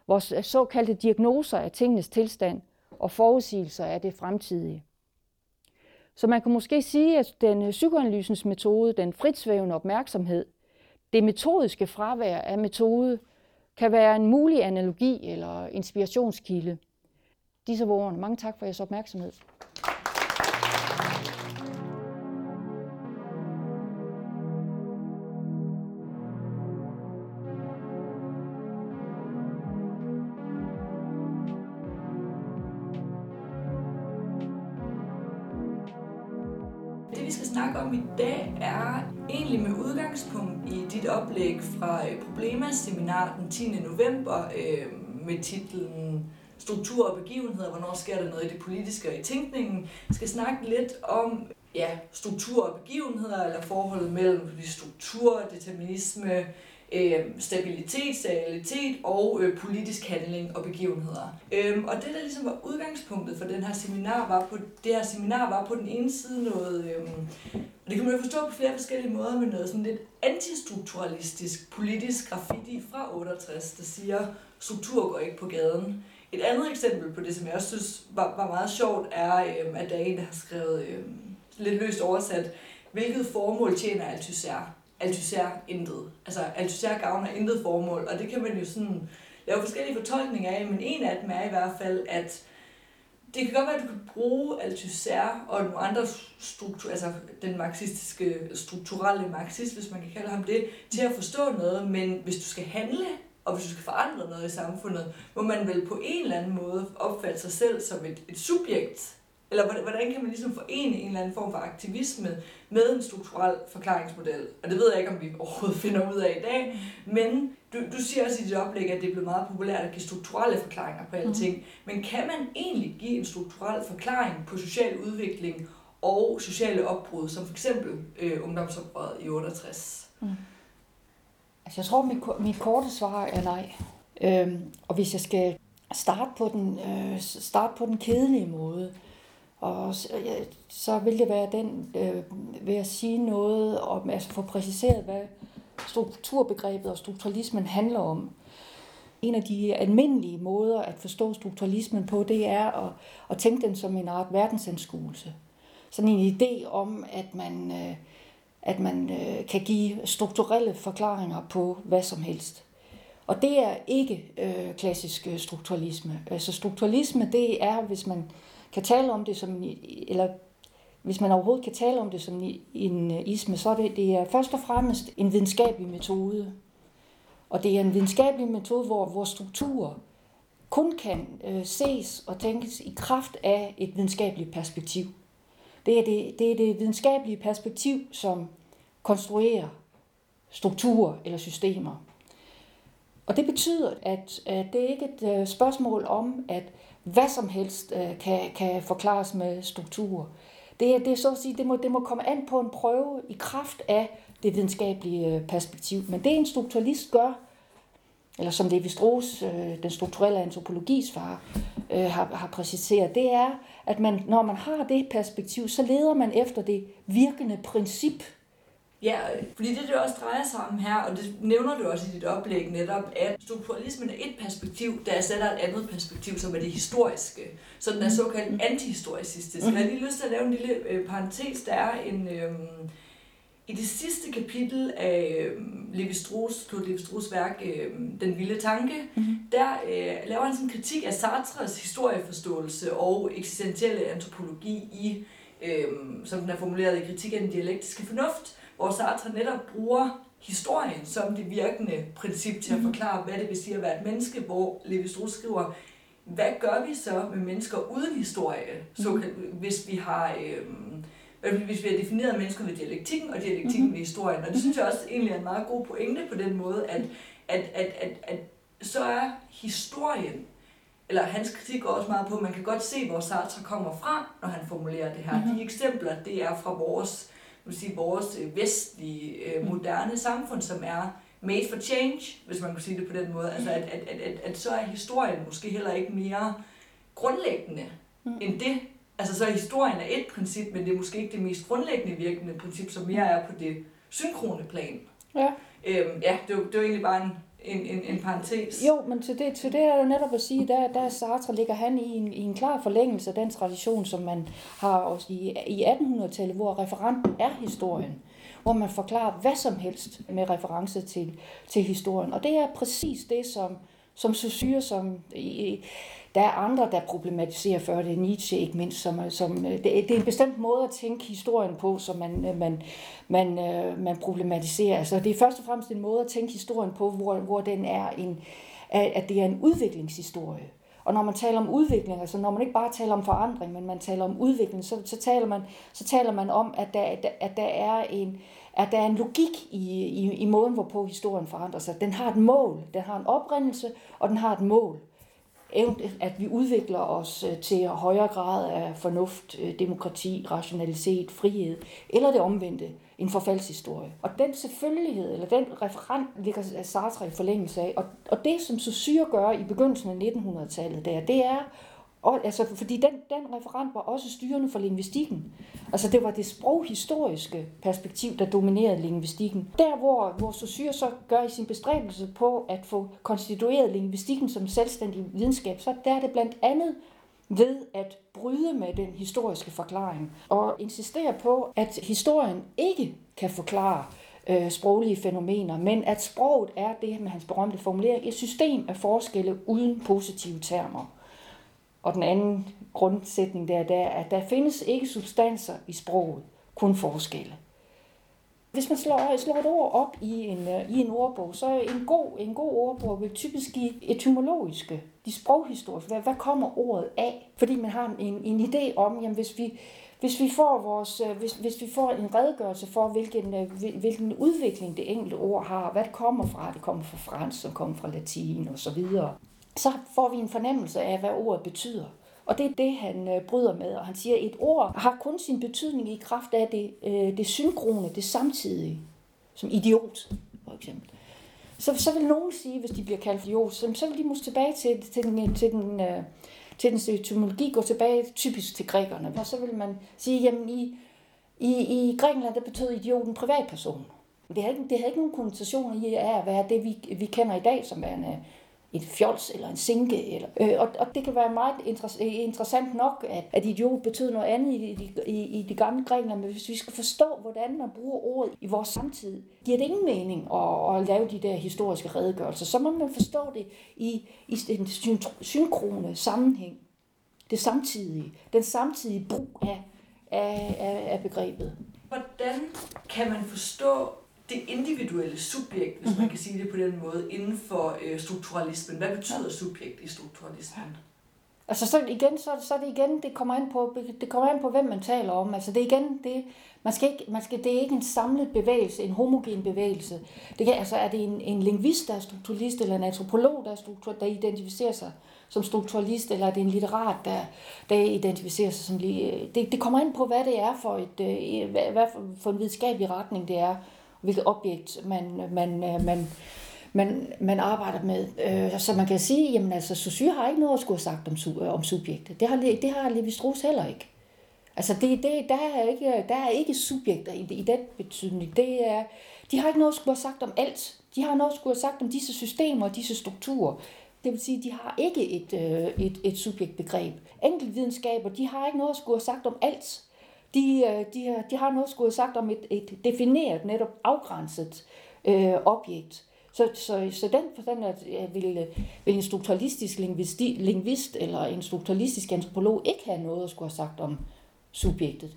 vores såkaldte diagnoser af tingenes tilstand og forudsigelser af det fremtidige. Så man kan måske sige, at den psykoanalysens metode, den fritsvævende opmærksomhed, det metodiske fravær af metode, kan være en mulig analogi eller inspirationskilde. Disse var ordene. Mange tak for jeres opmærksomhed. Det vi skal snakke om i dag er egentlig med udgangspunkt i dit oplæg fra Problemas seminar den tiende november øh, med titlen Struktur og begivenheder, hvornår sker der noget i det politiske og i tænkningen. Jeg skal snakke lidt om ja, struktur og begivenheder, eller forholdet mellem struktur, determinisme, øh, stabilitet, serialitet og øh, politisk handling og begivenheder. Øhm, og det, der ligesom var udgangspunktet for den her seminar, var på, det her seminar var på den ene side noget, øh, og det kan man jo forstå på flere forskellige måder, med noget sådan lidt antistrukturalistisk politisk graffiti fra otteogtres, der siger, struktur går ikke på gaden. Et andet eksempel på det, som jeg også synes var, var meget sjovt, er, øh, at der er en, der har skrevet øh, lidt løst oversat, hvilket formål tjener Althusser? Althusser intet. Altså Althusser gavner intet formål, og det kan man jo sådan lave forskellige fortolkninger af, men en af dem er i hvert fald, at det kan godt være, at du kan bruge Althusser og nogle andre strukturer, altså den marxistiske, strukturelle marxist, hvis man kan kalde ham det, til at forstå noget, men hvis du skal handle, og hvis du skal forandre noget i samfundet, må man vel på en eller anden måde opfatte sig selv som et, et subjekt. Eller hvordan kan man ligesom forene en eller anden form for aktivisme med en strukturel forklaringsmodel? Og det ved jeg ikke, om vi overhovedet finder ud af i dag, men du, du siger også i dit oplæg, at det er blevet meget populært at give strukturelle forklaringer på alle ting. Men kan man egentlig give en strukturel forklaring på social udvikling og sociale opbrud, som for eksempel øh, ungdomsoprøret i otteogtres? Mm. Altså jeg tror, mit, mit korte svar er nej. Øhm, og hvis jeg skal starte på den, øh, starte på den kedelige måde, og så, ja, så vil det være den øh, ved at sige noget om, altså få præciseret, hvad strukturbegrebet og strukturalismen handler om. En af de almindelige måder at forstå strukturalismen på, det er at, at tænke den som en art verdensanskuelse. Sådan en idé om, at man, øh, at man øh, kan give strukturelle forklaringer på hvad som helst. Og det er ikke øh, klassisk strukturalisme. Altså strukturalisme, det er, hvis man kan tale om det som, eller hvis man overhovedet kan tale om det som en isme, så er det, det er først og fremmest en videnskabelig metode. Og det er en videnskabelig metode, hvor, hvor strukturer kun kan øh, ses og tænkes i kraft af et videnskabeligt perspektiv. Det er det, det er det videnskabelige perspektiv, som konstruerer strukturer eller systemer. Og det betyder, at, at det er ikke et uh, spørgsmål om, at hvad som helst uh, kan, kan forklares med strukturer. Det er, det er så at sige, det må, det må komme an på en prøve i kraft af det videnskabelige uh, perspektiv. Men det en strukturalist gør, eller som Lévi-Strauss, uh, den strukturelle antropologis far, uh, har, har præciseret, det er, at man, når man har det perspektiv, så leder man efter det virkende princip. Ja, fordi det, det også drejer sig om her, og det nævner du også i dit oplæg netop, at strukturalismen er et perspektiv, der sætter et andet perspektiv, som er det historiske. Så den er såkaldt antihistoricistisk. Jeg har lige lyst til at lave en lille øh, parentes, der er en... Øh, i det sidste kapitel af øh, Lévi-Strauss, Claude Lévi-Strauss' værk, øh, Den vilde tanke, mm-hmm. der øh, laver han sådan en kritik af Sartres historieforståelse og eksistentielle antropologi i, øh, som den er formuleret i Kritik af den dialektiske fornuft, hvor Sartre netop bruger historien som det virkende princip til at forklare, hvad det vil sige at være et menneske, hvor Lévi-Strauss skriver, hvad gør vi så med mennesker uden historie, så kan, hvis vi har... Øh, hvis vi har defineret mennesker ved dialektikken, og dialektikken mm-hmm. ved historien. Og det synes jeg også egentlig er en meget god pointe på den måde, at, at, at, at, at så er historien, eller hans kritik går også meget på, at man kan godt se, hvor Sartre kommer fra, når han formulerer det her. Mm-hmm. De eksempler, det er fra vores, vil sige, vores vestlige, moderne samfund, som er made for change, hvis man kunne sige det på den måde. Altså, at, at, at, at, at så er historien måske heller ikke mere grundlæggende mm. end det. Altså så er historien er et princip, men det er måske ikke det mest grundlæggende virkende princip, som mere er på det synkrone plan. Ja. Øhm, ja, det var, det var egentlig bare en en, en, en parentes. Jo, men til det, til det er jo netop at sige, der, der Sartre ligger han i en, i en klar forlængelse af den tradition, som man har også i, i attenhundredetallet, hvor referenten er historien, hvor man forklarer hvad som helst med reference til, til historien. Og det er præcis det, som, som Saussure, som i, der er andre, der problematiserer før det, Nietzsche ikke mindst, som, som det, det er en bestemt måde at tænke historien på, som man, man, man, man problematiserer. Altså, det er først og fremmest en måde at tænke historien på, hvor, hvor den er en, at det er en udviklingshistorie. Og når man taler om udvikling, altså når man ikke bare taler om forandring, men man taler om udvikling, så, så, taler, man, så taler man om, at der, at der er en at der er en logik i, i, i måden, hvorpå historien forandrer sig. Den har et mål, den har en oprindelse, og den har et mål. At vi udvikler os til højere grad af fornuft, demokrati, rationalitet, frihed, eller det omvendte, en forfaldshistorie. Og den selvfølgelighed, eller den referent, ligger Sartre i forlængelse af. Og, og det, som Saussure gør i begyndelsen af nittenhundredetallet, der, det er, og, altså, fordi den, den referent var også styrende for lingvistikken. Altså det var det sproghistoriske perspektiv, der dominerede lingvistikken. Der, hvor, hvor Saussure så gør i sin bestræbelse på at få konstitueret lingvistikken som selvstændig videnskab, så der er det blandt andet ved at bryde med den historiske forklaring og insistere på, at historien ikke kan forklare øh, sproglige fænomener, men at sproget er det med hans berømte formulering, et system af forskelle uden positive termer. Og den anden grundsætning der, der er, at der findes ikke substanser i sproget, kun forskelle. Hvis man slår, slår et ord op i en, i en ordbog, så er en god, en god ordbog vil typisk give etymologiske, de sproghistoriske. Hvad, hvad kommer ordet af? Fordi man har en, en idé om, jamen hvis vi, hvis vi får vores, hvis, hvis vi får en redegørelse for, hvilken, hvilken udvikling det enkelte ord har, hvad det kommer fra, det kommer fra fransk, som kommer fra latin og så videre, så får vi en fornemmelse af, hvad ordet betyder. Og det er det, han bryder med, og han siger, at et ord har kun sin betydning i kraft af det, det synkrone, det samtidige, som idiot, for eksempel. Så, så vil nogen sige, hvis de bliver kaldt idiot, så vil de måske tilbage til, til, den, til, den, til den etymologi, gå tilbage typisk til grækerne. Og så vil man sige, jamen i, i, i Grækenland, der betød idiot en privatperson. Det havde, det havde ikke nogen konnotationer i at være det, vi, vi kender i dag, som er en et fjols eller en sinke. Eller, øh, og, og det kan være meget inter- interessant nok, at, at idiot betyder noget andet i, i, i, i de gamle Grækenland, men hvis vi skal forstå, hvordan man bruger ordet i vores samtid, giver det ingen mening at, at lave de der historiske redegørelser. Så må man forstå det i, i den synkrone sammenhæng, det samtidige, den samtidige brug af, af, af, af begrebet. Hvordan kan man forstå det individuelle subjekt, hvis man kan sige det på den måde, inden for øh, strukturalismen? Hvad betyder subjekt i strukturalismen? Altså så igen, så, så er det igen, det kommer an på, det kommer an på, hvem man taler om. Altså det er igen, det, man skal ikke, man skal, det er ikke en samlet bevægelse, en homogen bevægelse. Det kan, altså er det en, en lingvist, der er strukturalist, eller en antropolog, der, er struktur, der identificerer sig som strukturalist, eller er det en litterat, der, der identificerer sig som... Det, det kommer an på, hvad det er for, et, hvad for, for en videnskabelig retning det er, hvilket objekt man, man, man, man, man arbejder med. Øh, så man kan sige, jamen altså, Saussure har ikke noget at skulle have sagt om, om subjektet. Det har, det har Lévi-Strauss heller ikke. Altså, det, det, der, er ikke, der er ikke subjekter i, i den betydning. Det er, de har ikke noget at skulle have sagt om alt. De har noget at skulle have sagt om disse systemer og disse strukturer. Det vil sige, at de har ikke et, et, et subjektbegreb. Enkeltvidenskaber, de har ikke noget at skulle have sagt om alt. De, de, de har noget skulle have sagt om et, et defineret, netop afgrænset øh, objekt. Så, så, så den forstand, at vil, vil en strukturalistisk lingvisti, lingvist eller en strukturalistisk antropolog ikke have noget at skulle have sagt om subjektet.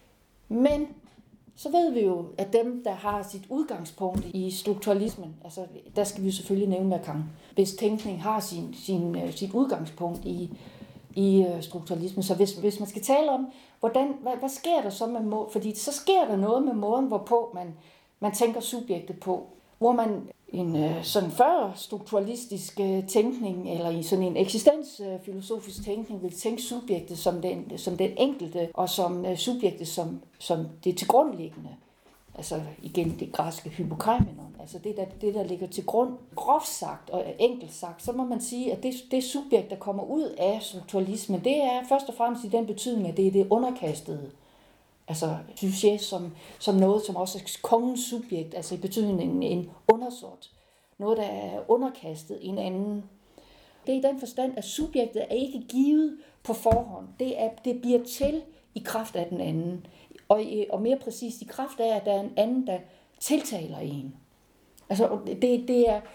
Men så ved vi jo, at dem, der har sit udgangspunkt i strukturalismen, altså der skal vi selvfølgelig nævne Lacan, hvis tænkning har sin, sin, sit udgangspunkt i i strukturalismen. Så hvis, hvis man skal tale om, hvordan, hvad, hvad sker der så med måden, fordi så sker der noget med måden, hvorpå man, man tænker subjektet på, hvor man en sådan før strukturalistisk tænkning, eller i sådan en eksistensfilosofisk tænkning, vil tænke subjektet som den, som den enkelte, og som subjektet som, som det tilgrundliggende. Altså igen det græske hypokaimenon, altså det der, det, der ligger til grund. Groft sagt og enkelt sagt, så må man sige, at det, det subjekt, der kommer ud af strukturalismen, det er først og fremmest i den betydning, at det er det underkastede. Altså sujet som, som noget, som også er kongens subjekt, altså i betydningen en, en undersort. noget, der er underkastet en anden. Det er i den forstand, at subjektet er ikke givet på forhånd. Det, er, det bliver til i kraft af den anden. Og, og mere præcist i kraft af, at der er en anden, der tiltaler en. Altså, det, det er,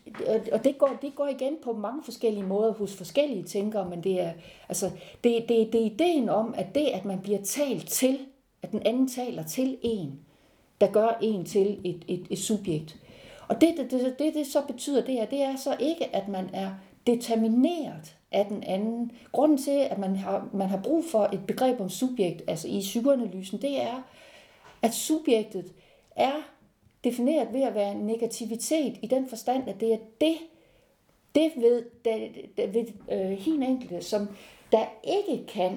og det går, det går igen på mange forskellige måder hos forskellige tænkere, men det er, altså, det, det, det er ideen om, at det, at man bliver talt til, at den anden taler til en, der gør en til et, et, et subjekt. Og det det, det, det, det så betyder, det er, det er så ikke, at man er determineret af den anden. Grunden til, at man har, man har brug for et begreb om subjekt, altså i psykoanalysen, det er, at subjektet er defineret ved at være en negativitet i den forstand, at det er det, det ved, der, der ved øh, hin enkelte, som der ikke kan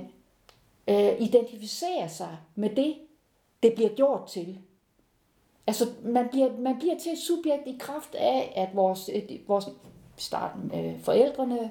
øh, identificere sig med det, det bliver gjort til. Altså, man bliver, man bliver til et subjekt i kraft af, at vores, vores starten med forældrene,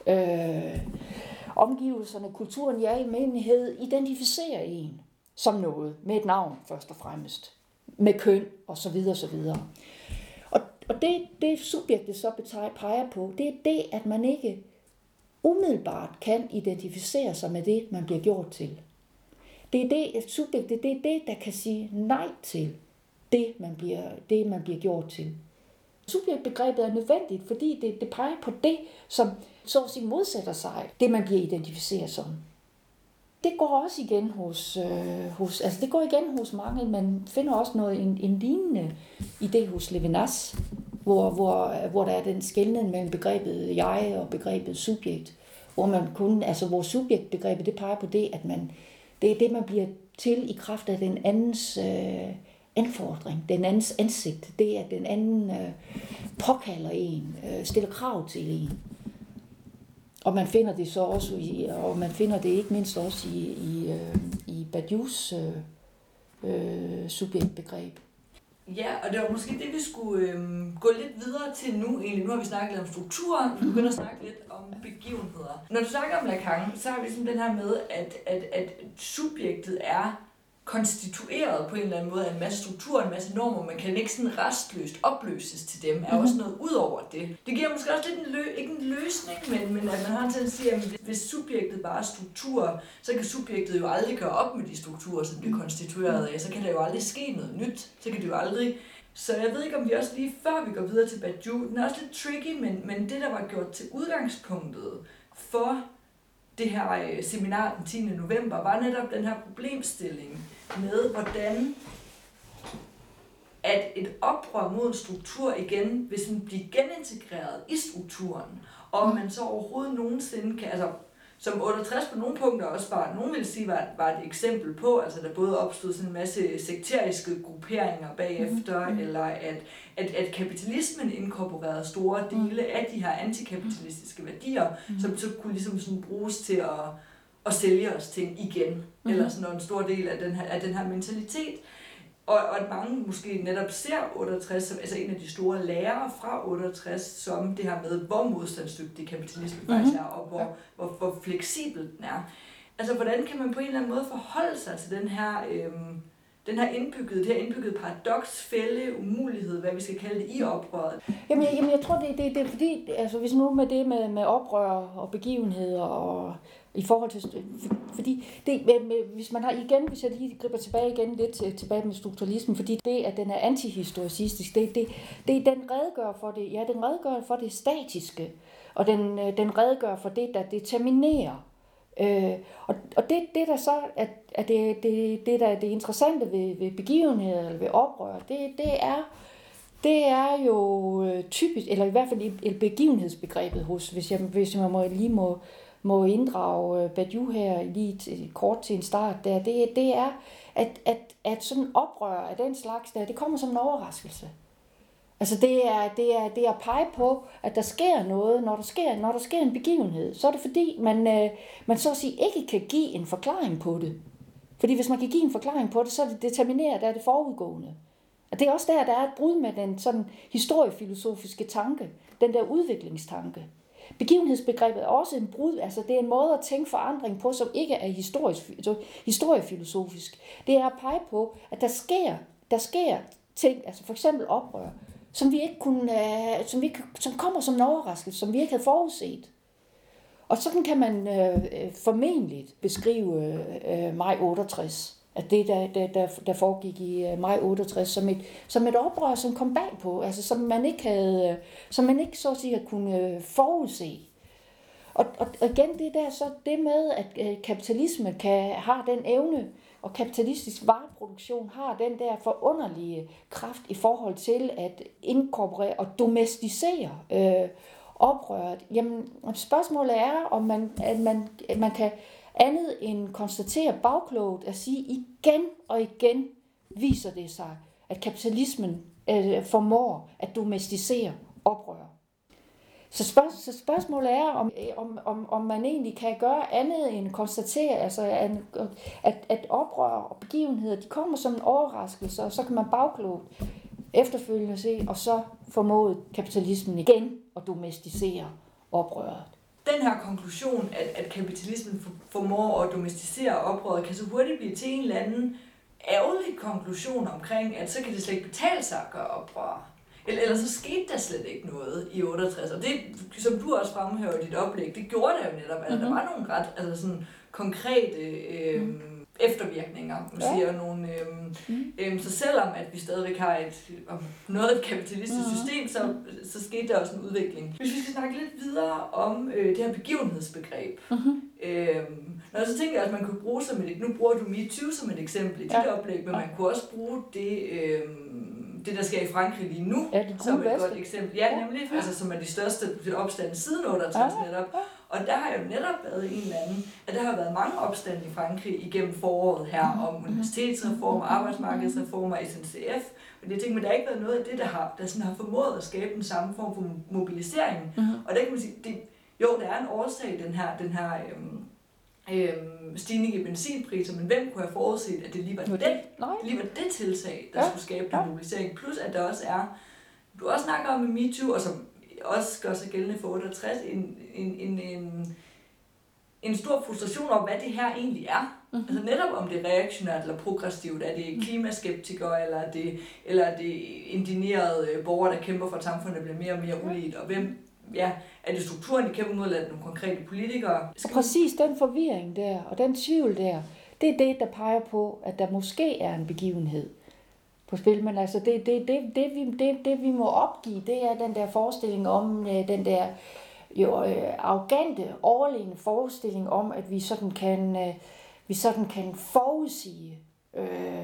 øh, omgivelserne, kulturen i almindelighed identificerer en som noget, med et navn først og fremmest, med køn og så videre, så videre. Og, og det, det subjektet så peger på, det er det, at man ikke umiddelbart kan identificere sig med det, man bliver gjort til. Det er det, subjektet, det er det, der kan sige nej til det, man bliver, det, man bliver gjort til. Subjektbegrebet er nødvendigt, fordi det, det peger på det, som så at sige modsætter sig det, man bliver identificeret som. Det går også igen hos, øh, hos, altså det går igen hos mange. Man finder også noget en, en lignende idé hos Levinas, hvor, hvor, hvor der er den skelnen mellem begrebet jeg og begrebet subjekt, hvor man kun, altså hvor subjektbegrebet det peger på det, at man det er det, man bliver til i kraft af den andens øh, anfordring, den andens ansigt, det er, at den anden øh, påkalder en, øh, stiller krav til en. Og man finder det så også i, og man finder det ikke mindst også i, i, øh, i Badiou's øh, øh, subjektbegreb. Ja, og det var måske det, vi skulle øh, gå lidt videre til nu egentlig. Nu har vi snakket lidt om strukturen, vi begynder at snakke lidt om begivenheder. Når du snakker om Lacan, så har vi sådan den her med, at, at, at subjektet er konstitueret på en eller anden måde af en masse strukturer, en masse normer, man kan ikke sådan restløst opløses til dem, er også noget ud over det. Det giver måske også lidt en lø- ikke en løsning, men, men at man har en tendens til at sige, at hvis subjektet bare er strukturer, så kan subjektet jo aldrig gøre op med de strukturer, som bliver konstitueret af, så kan der jo aldrig ske noget nyt, så kan det jo aldrig. Så jeg ved ikke, om vi også lige før vi går videre til Badiou, den er også lidt tricky, men, men det, der var gjort til udgangspunktet for det her seminar den tiende november, var netop den her problemstilling med, hvordan at et oprør mod en struktur igen, hvis den bliver genintegreret i strukturen, og om man så overhovedet nogensinde kan, altså som otteogtres på nogle punkter også var, nogen vil sige, var, var et eksempel på, altså der både opstod sådan en masse sekteriske grupperinger bagefter, mm. eller at, at, at kapitalismen inkorporerede store dele af de her antikapitalistiske værdier, mm. som så kunne ligesom sådan bruges til at, at sælge os ting igen, mm. eller sådan en stor del af den her, af den her mentalitet. Og, og at mange måske netop ser otteogtres som altså en af de store lærere fra otteogtres, som det her med, hvor modstandsdygtig kapitalismen mm-hmm. faktisk er, og hvor, ja. hvor, hvor fleksibel den er. Altså, hvordan kan man på en eller anden måde forholde sig til den her, øhm, den her indbyggede, det her indbyggede paradoks, fælde, umulighed, hvad vi skal kalde det, i oprøret? Jamen, jeg, jamen, jeg tror, det, det, det er fordi, altså hvis nu med det med, med oprør og begivenheder og i forhold til, fordi det, hvis man har igen, hvis jeg lige griber tilbage igen lidt til, tilbage med strukturalismen, fordi det, at den er antihistoricistisk, det, det, det, den redegør for det, ja, den redegør for det statiske, og den, den redegør for det, der determinerer. Øh, og, og det, det der så, at, at det, det, det der er det interessante ved, ved begivenheder eller ved oprør, det, det er, det er jo typisk, eller i hvert fald et begivenhedsbegrebet hos, hvis jeg, hvis jeg må, lige må må inddrage Badiou her lige til, kort til en start, der, det, det er, at, at, at sådan en oprør af den slags, der, det kommer som en overraskelse. Altså det er, det, er, det er at pege på, at der sker noget, når der sker, når der sker en begivenhed, så er det fordi, man, man så at sige ikke kan give en forklaring på det. Fordi hvis man kan give en forklaring på det, så er det determineret af det forudgående. Og det er også der, der er et brud med den sådan historiefilosofiske tanke, den der udviklingstanke. Begivenhedsbegrebet er også en brud, altså det er en måde at tænke forandring på, som ikke er historisk, historiefilosofisk. Det er at pege på, at der sker, der sker ting, altså for eksempel oprør, som vi ikke kunne, øh, som, vi ikke, som kommer som en overraskelse, som vi ikke havde forudset. Og sådan kan man øh, formentlig beskrive øh, maj otteogtres, at det, der, der, der, der foregik i øh, maj otteogtres, som et, som et oprør, som kom bagpå, altså som man ikke havde, som man ikke så at sige kunne øh, forudse. Og, og, og igen det der, så det med, at øh, kapitalisme kan, har den evne, og kapitalistisk vareproduktion har den der forunderlige kraft i forhold til at inkorporere og domesticere øh, oprøret. Jamen, spørgsmålet er, om man, at man, at man kan andet end konstatere bagklogt at sige, igen og igen viser det sig, at kapitalismen øh, formår at domesticere oprør. Så, spørg, så spørgsmålet er, om, om, om, om man egentlig kan gøre andet end konstatere, altså, at, at, at oprør og begivenheder, de kommer som en overraskelse, og så kan man bagklogt efterfølgende se, og så formået kapitalismen igen at domesticere oprøret. Den her konklusion, at, at kapitalismen formår at domesticere oprøret, kan så hurtigt blive til en eller anden ærgerlig konklusion omkring, at så kan det slet ikke betale sig at gøre oprør. Eller, eller så skete der slet ikke noget i otteogtres, og det, som du også fremhæver i dit oplæg, det gjorde det jo netop, at mm-hmm. der var nogle ret altså sådan konkrete øh, mm. eftervirkninger, man ja. siger nogle, øh, mm. øh, så selvom at vi stadigvæk har et, noget af et kapitalistisk mm-hmm. system, så, så skete der også en udvikling. Hvis vi skal snakke lidt videre om øh, det her begivenhedsbegreb, mm-hmm. øh, når så tænker jeg, at man kunne bruge som et, nu bruger du MeToo som et eksempel i dit ja. oplæg, men man kunne også bruge det, øh, det, der sker i Frankrig lige nu, ja, det som et godt eksempel. Ja, nemlig, ja. altså, som er de største opstande siden otteogtres ja. netop. Og der har jo netop været en eller anden, at der har været mange opstande i Frankrig igennem foråret her, mm. om universitetsreformer, arbejdsmarkedsreformer, S N C F. Men jeg tænker, men der har ikke været noget af det, der har, der sådan har formået at skabe den samme form for mobilisering. Mm. Og der kan man sige, det, jo, der er en årsag, den her, den her øhm, øhm, stigning i benzinpriser, men hvem kunne have forudset, at det lige var det, det, lige var det tiltag, der ja. skulle skabe den mobilisering. Plus at der også er, du også snakker om med MeToo, og som også gør sig gældende for otteogtres, en, en, en, en, en stor frustration om, hvad det her egentlig er. Mm-hmm. Altså netop om det er reaktionært eller progressivt, er det klimaskeptikere, eller er det, eller er det indignerede borgere, der kæmper for, at samfundet bliver mere og mere uligt, og hvem, ja, er det strukturen, de kæmper mod, eller er det nogle konkrete politikere? Og præcis den forvirring der, og den tvivl der, det er det, der peger på, at der måske er en begivenhed på spil, men altså det, det, det, det, vi, det, det vi må opgive, det er den der forestilling om, den der jo øh, arrogante, overlegne forestilling om, at vi sådan kan, øh, vi sådan kan forudsige øh,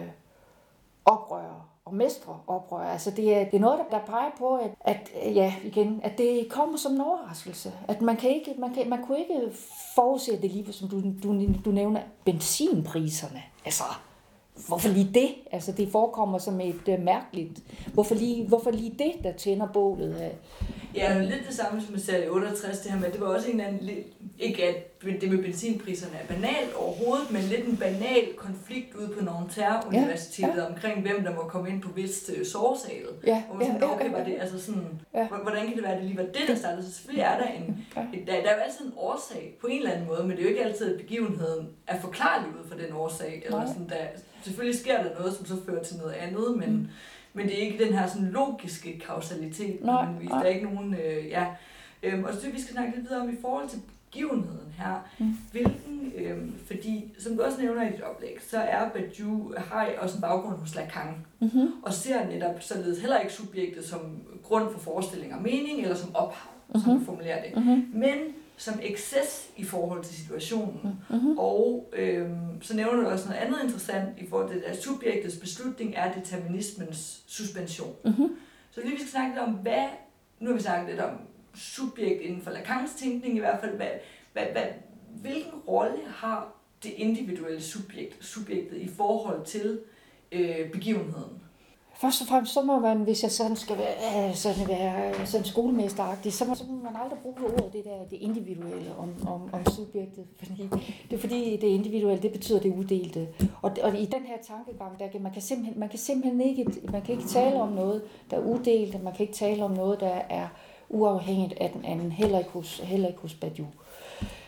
oprør og mestre oprør. Altså det er, det er noget, der peger på, at, at, ja, igen, at det kommer som en overraskelse. At man, kan ikke, man, kan, man kunne ikke forudse det lige, som du, du, du nævner, benzinpriserne. Altså, hvorfor lige det? Altså, det forekommer som et uh, mærkeligt. Hvorfor lige, hvorfor lige det, der tænder bålet af? Ja, lidt det samme, som jeg sagde i otteogtres, det her med, det var også en eller anden, ikke at det med benzinpriserne er banalt overhovedet, men lidt en banal konflikt ude på Nanterre Universitetet ja, ja. omkring, hvem der må komme ind på vist uh, sårsale. Ja, hvor man sådan, ja, okay, var det altså sådan, ja. hvordan kan det være, at det lige var det, der startede? Så selvfølgelig er der en, ja. et, der, der er jo altid en årsag på en eller anden måde, men det er jo ikke altid, at begivenheden er forklarlig ud fra den årsag. Eller sådan, der, selvfølgelig sker der noget, som så fører til noget andet, men mm. Men det er ikke den her sådan logiske kausalitet, nej, men der er ikke nogen, øh, ja. Øhm, og så synes vi skal snakke lidt videre om i forhold til begivenheden her, mm. hvilken, øh, fordi som du også nævner i dit oplæg, så er Badiou, har også en baggrund hos Lacan, mm-hmm. og ser netop således heller ikke subjektet som grund for forestilling og mening, eller som ophav, mm-hmm. som vi formulerer det, mm-hmm. men som excess i forhold til situationen. Mm-hmm. Og øhm, så nævner du også noget andet interessant i forhold til, at subjektets beslutning er determinismens suspension. Mm-hmm. Så lige vi skal snakke lidt om, hvad, nu har vi snakket lidt om subjekt inden for Lacans tænkning i hvert fald, hvad, hvad, hvad, hvilken rolle har det individuelle subjekt, subjektet i forhold til øh, begivenheden? Først og fremmest, så må man, hvis jeg sådan skal være, sådan være sådan skolemesteragtig, så må, så må man aldrig bruge ordet, det der, det individuelle om, om, om subjektet. Fordi, det er fordi, det individuelle, det betyder det uddelte. Og, og i den her tankegang, der, man, kan simpelthen, man kan simpelthen ikke, man kan ikke tale om noget, der er uddelt, man kan ikke tale om noget, der er uafhængigt af den anden, heller ikke hos, heller ikke hos Badiou.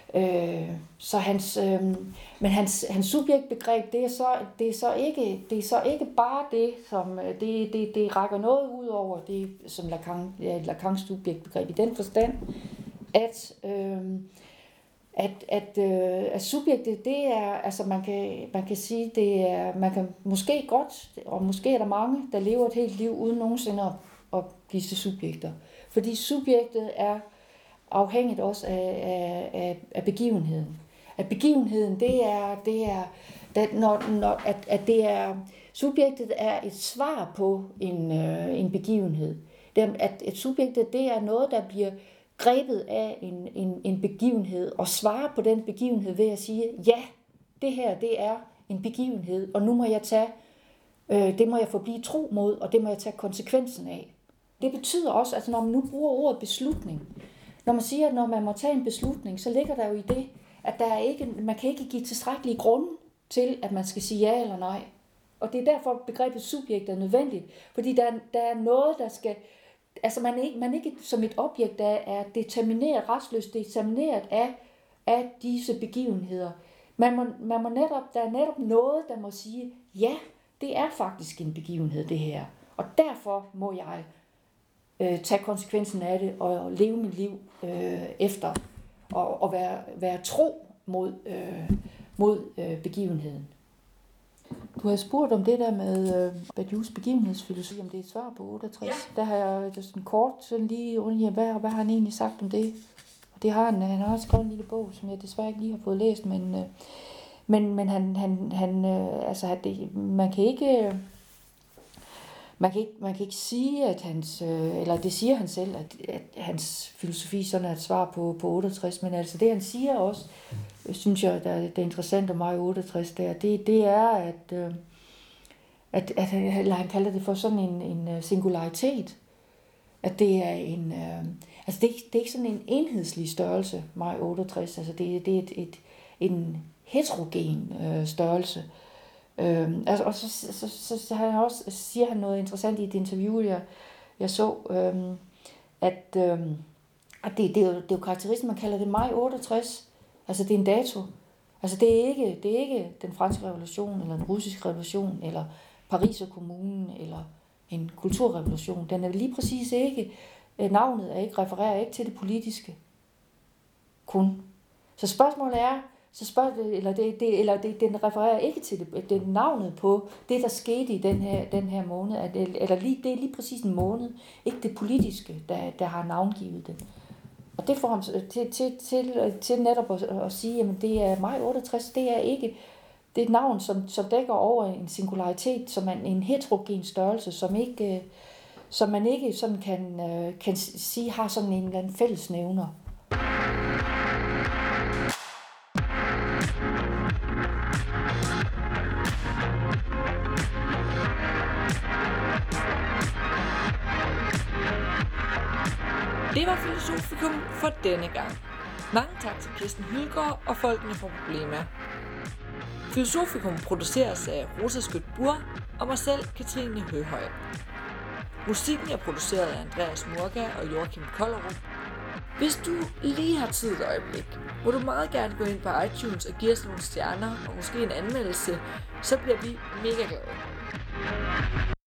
Øh, så hans, øh, men hans, hans subjektbegreb, det er så, det er så ikke, det er så ikke bare det, som det, det, det rækker noget ud over det, som Lacan, ja, Lacans subjektbegreb i den forstand, at øh, at at, øh, at subjektet, det er, altså man kan man kan sige, det er, man kan måske godt, og måske er der mange, der lever et helt liv uden nogensinde at, at blive til subjekter, fordi subjektet er afhængigt også af, af, af begivenheden. At begivenheden, det er, det er at, når, når, at, at det er, subjektet er et svar på en, øh, en begivenhed. Det er, at et subjektet, det er noget, der bliver grebet af en, en, en begivenhed, og svarer på den begivenhed ved at sige, ja, det her, det er en begivenhed, og nu må jeg tage, øh, det må jeg forblive tro mod, og det må jeg tage konsekvensen af. Det betyder også, at når man nu bruger ordet beslutning, når man siger, at når man må tage en beslutning, så ligger der jo i det, at der er ikke, man kan ikke give tilstrækkelige grunde til, at man skal sige ja eller nej. Og det er derfor, begrebet subjekt er nødvendigt. Fordi der, der er noget, der skal... Altså man er ikke, man er ikke som et objekt, der er determineret, restløst determineret af, af disse begivenheder. Man må, man må netop, der er netop noget, der må sige, ja, det er faktisk en begivenhed, det her. Og derfor må jeg øh, tage konsekvensen af det og leve mit liv øh, efter og, og være, være tro mod, øh, mod øh, begivenheden. Du har spurgt om det der med øh, Badiou's begivenhedsfilosofi, om det er et svar på otteogtres. Ja. Der har jeg sådan kort sådan lige rundt, hvad, hvad har han egentlig sagt om det? Og det har han, han har også skrevet en lille bog, som jeg desværre ikke lige har fået læst, men, øh, men, men han, han, han øh, altså, det, man kan ikke... Øh, Man kan, ikke, man kan ikke sige, at hans, eller det siger han selv, at, at hans filosofi sådan er et svar på, på otteogtres, men altså det han siger også, synes jeg, der, det er interessant om mig i otteogtres, der, det, det er, at, at, at han, eller han kalder det for sådan en, en singularitet, at det er en, altså det, det er ikke sådan en enhedslig størrelse, maj otteogtres, altså det, det er et, et, en heterogen størrelse. Øhm, altså, og så, så, så, så, så han også, siger han noget interessant i et interview, jeg, jeg så, øhm, at, øhm, at det, det, er jo, det er jo karakteristisk, man kalder det maj otteogtres, altså det er en dato, altså det er ikke, det er ikke den franske revolution, eller den russiske revolution, eller Pariserkommunen, eller en kulturrevolution, den er lige præcis ikke, navnet er ikke, refererer ikke til det politiske, kun. Så spørgsmålet er, Så spørger det, eller, det, det, eller det, den refererer ikke til det, det navnet på det, der skete i den her, den her måned. At, eller lige, det er lige præcis en måned, ikke det politiske, der, der har navngivet det. Og det får ham til, til, til, til netop at, at sige, at det er maj otteogtres, det er ikke det er et navn, som, som dækker over en singularitet, som er en heterogen størrelse, som, ikke, som man ikke sådan kan, kan sige har sådan en eller anden fællesnævner. Det var Filosofikum for denne gang. Mange tak til Kirsten Hylgaard og folkene fra Problema. Filosofikum produceres af Rosa Skødt-Bur og mig selv, Katrine Høhøj. Musikken er produceret af Andreas Murga og Joachim Kollerup. Hvis du lige har tid et øjeblik, må du meget gerne gå ind på iTunes og give os nogle stjerner og måske en anmeldelse, så bliver vi mega glade.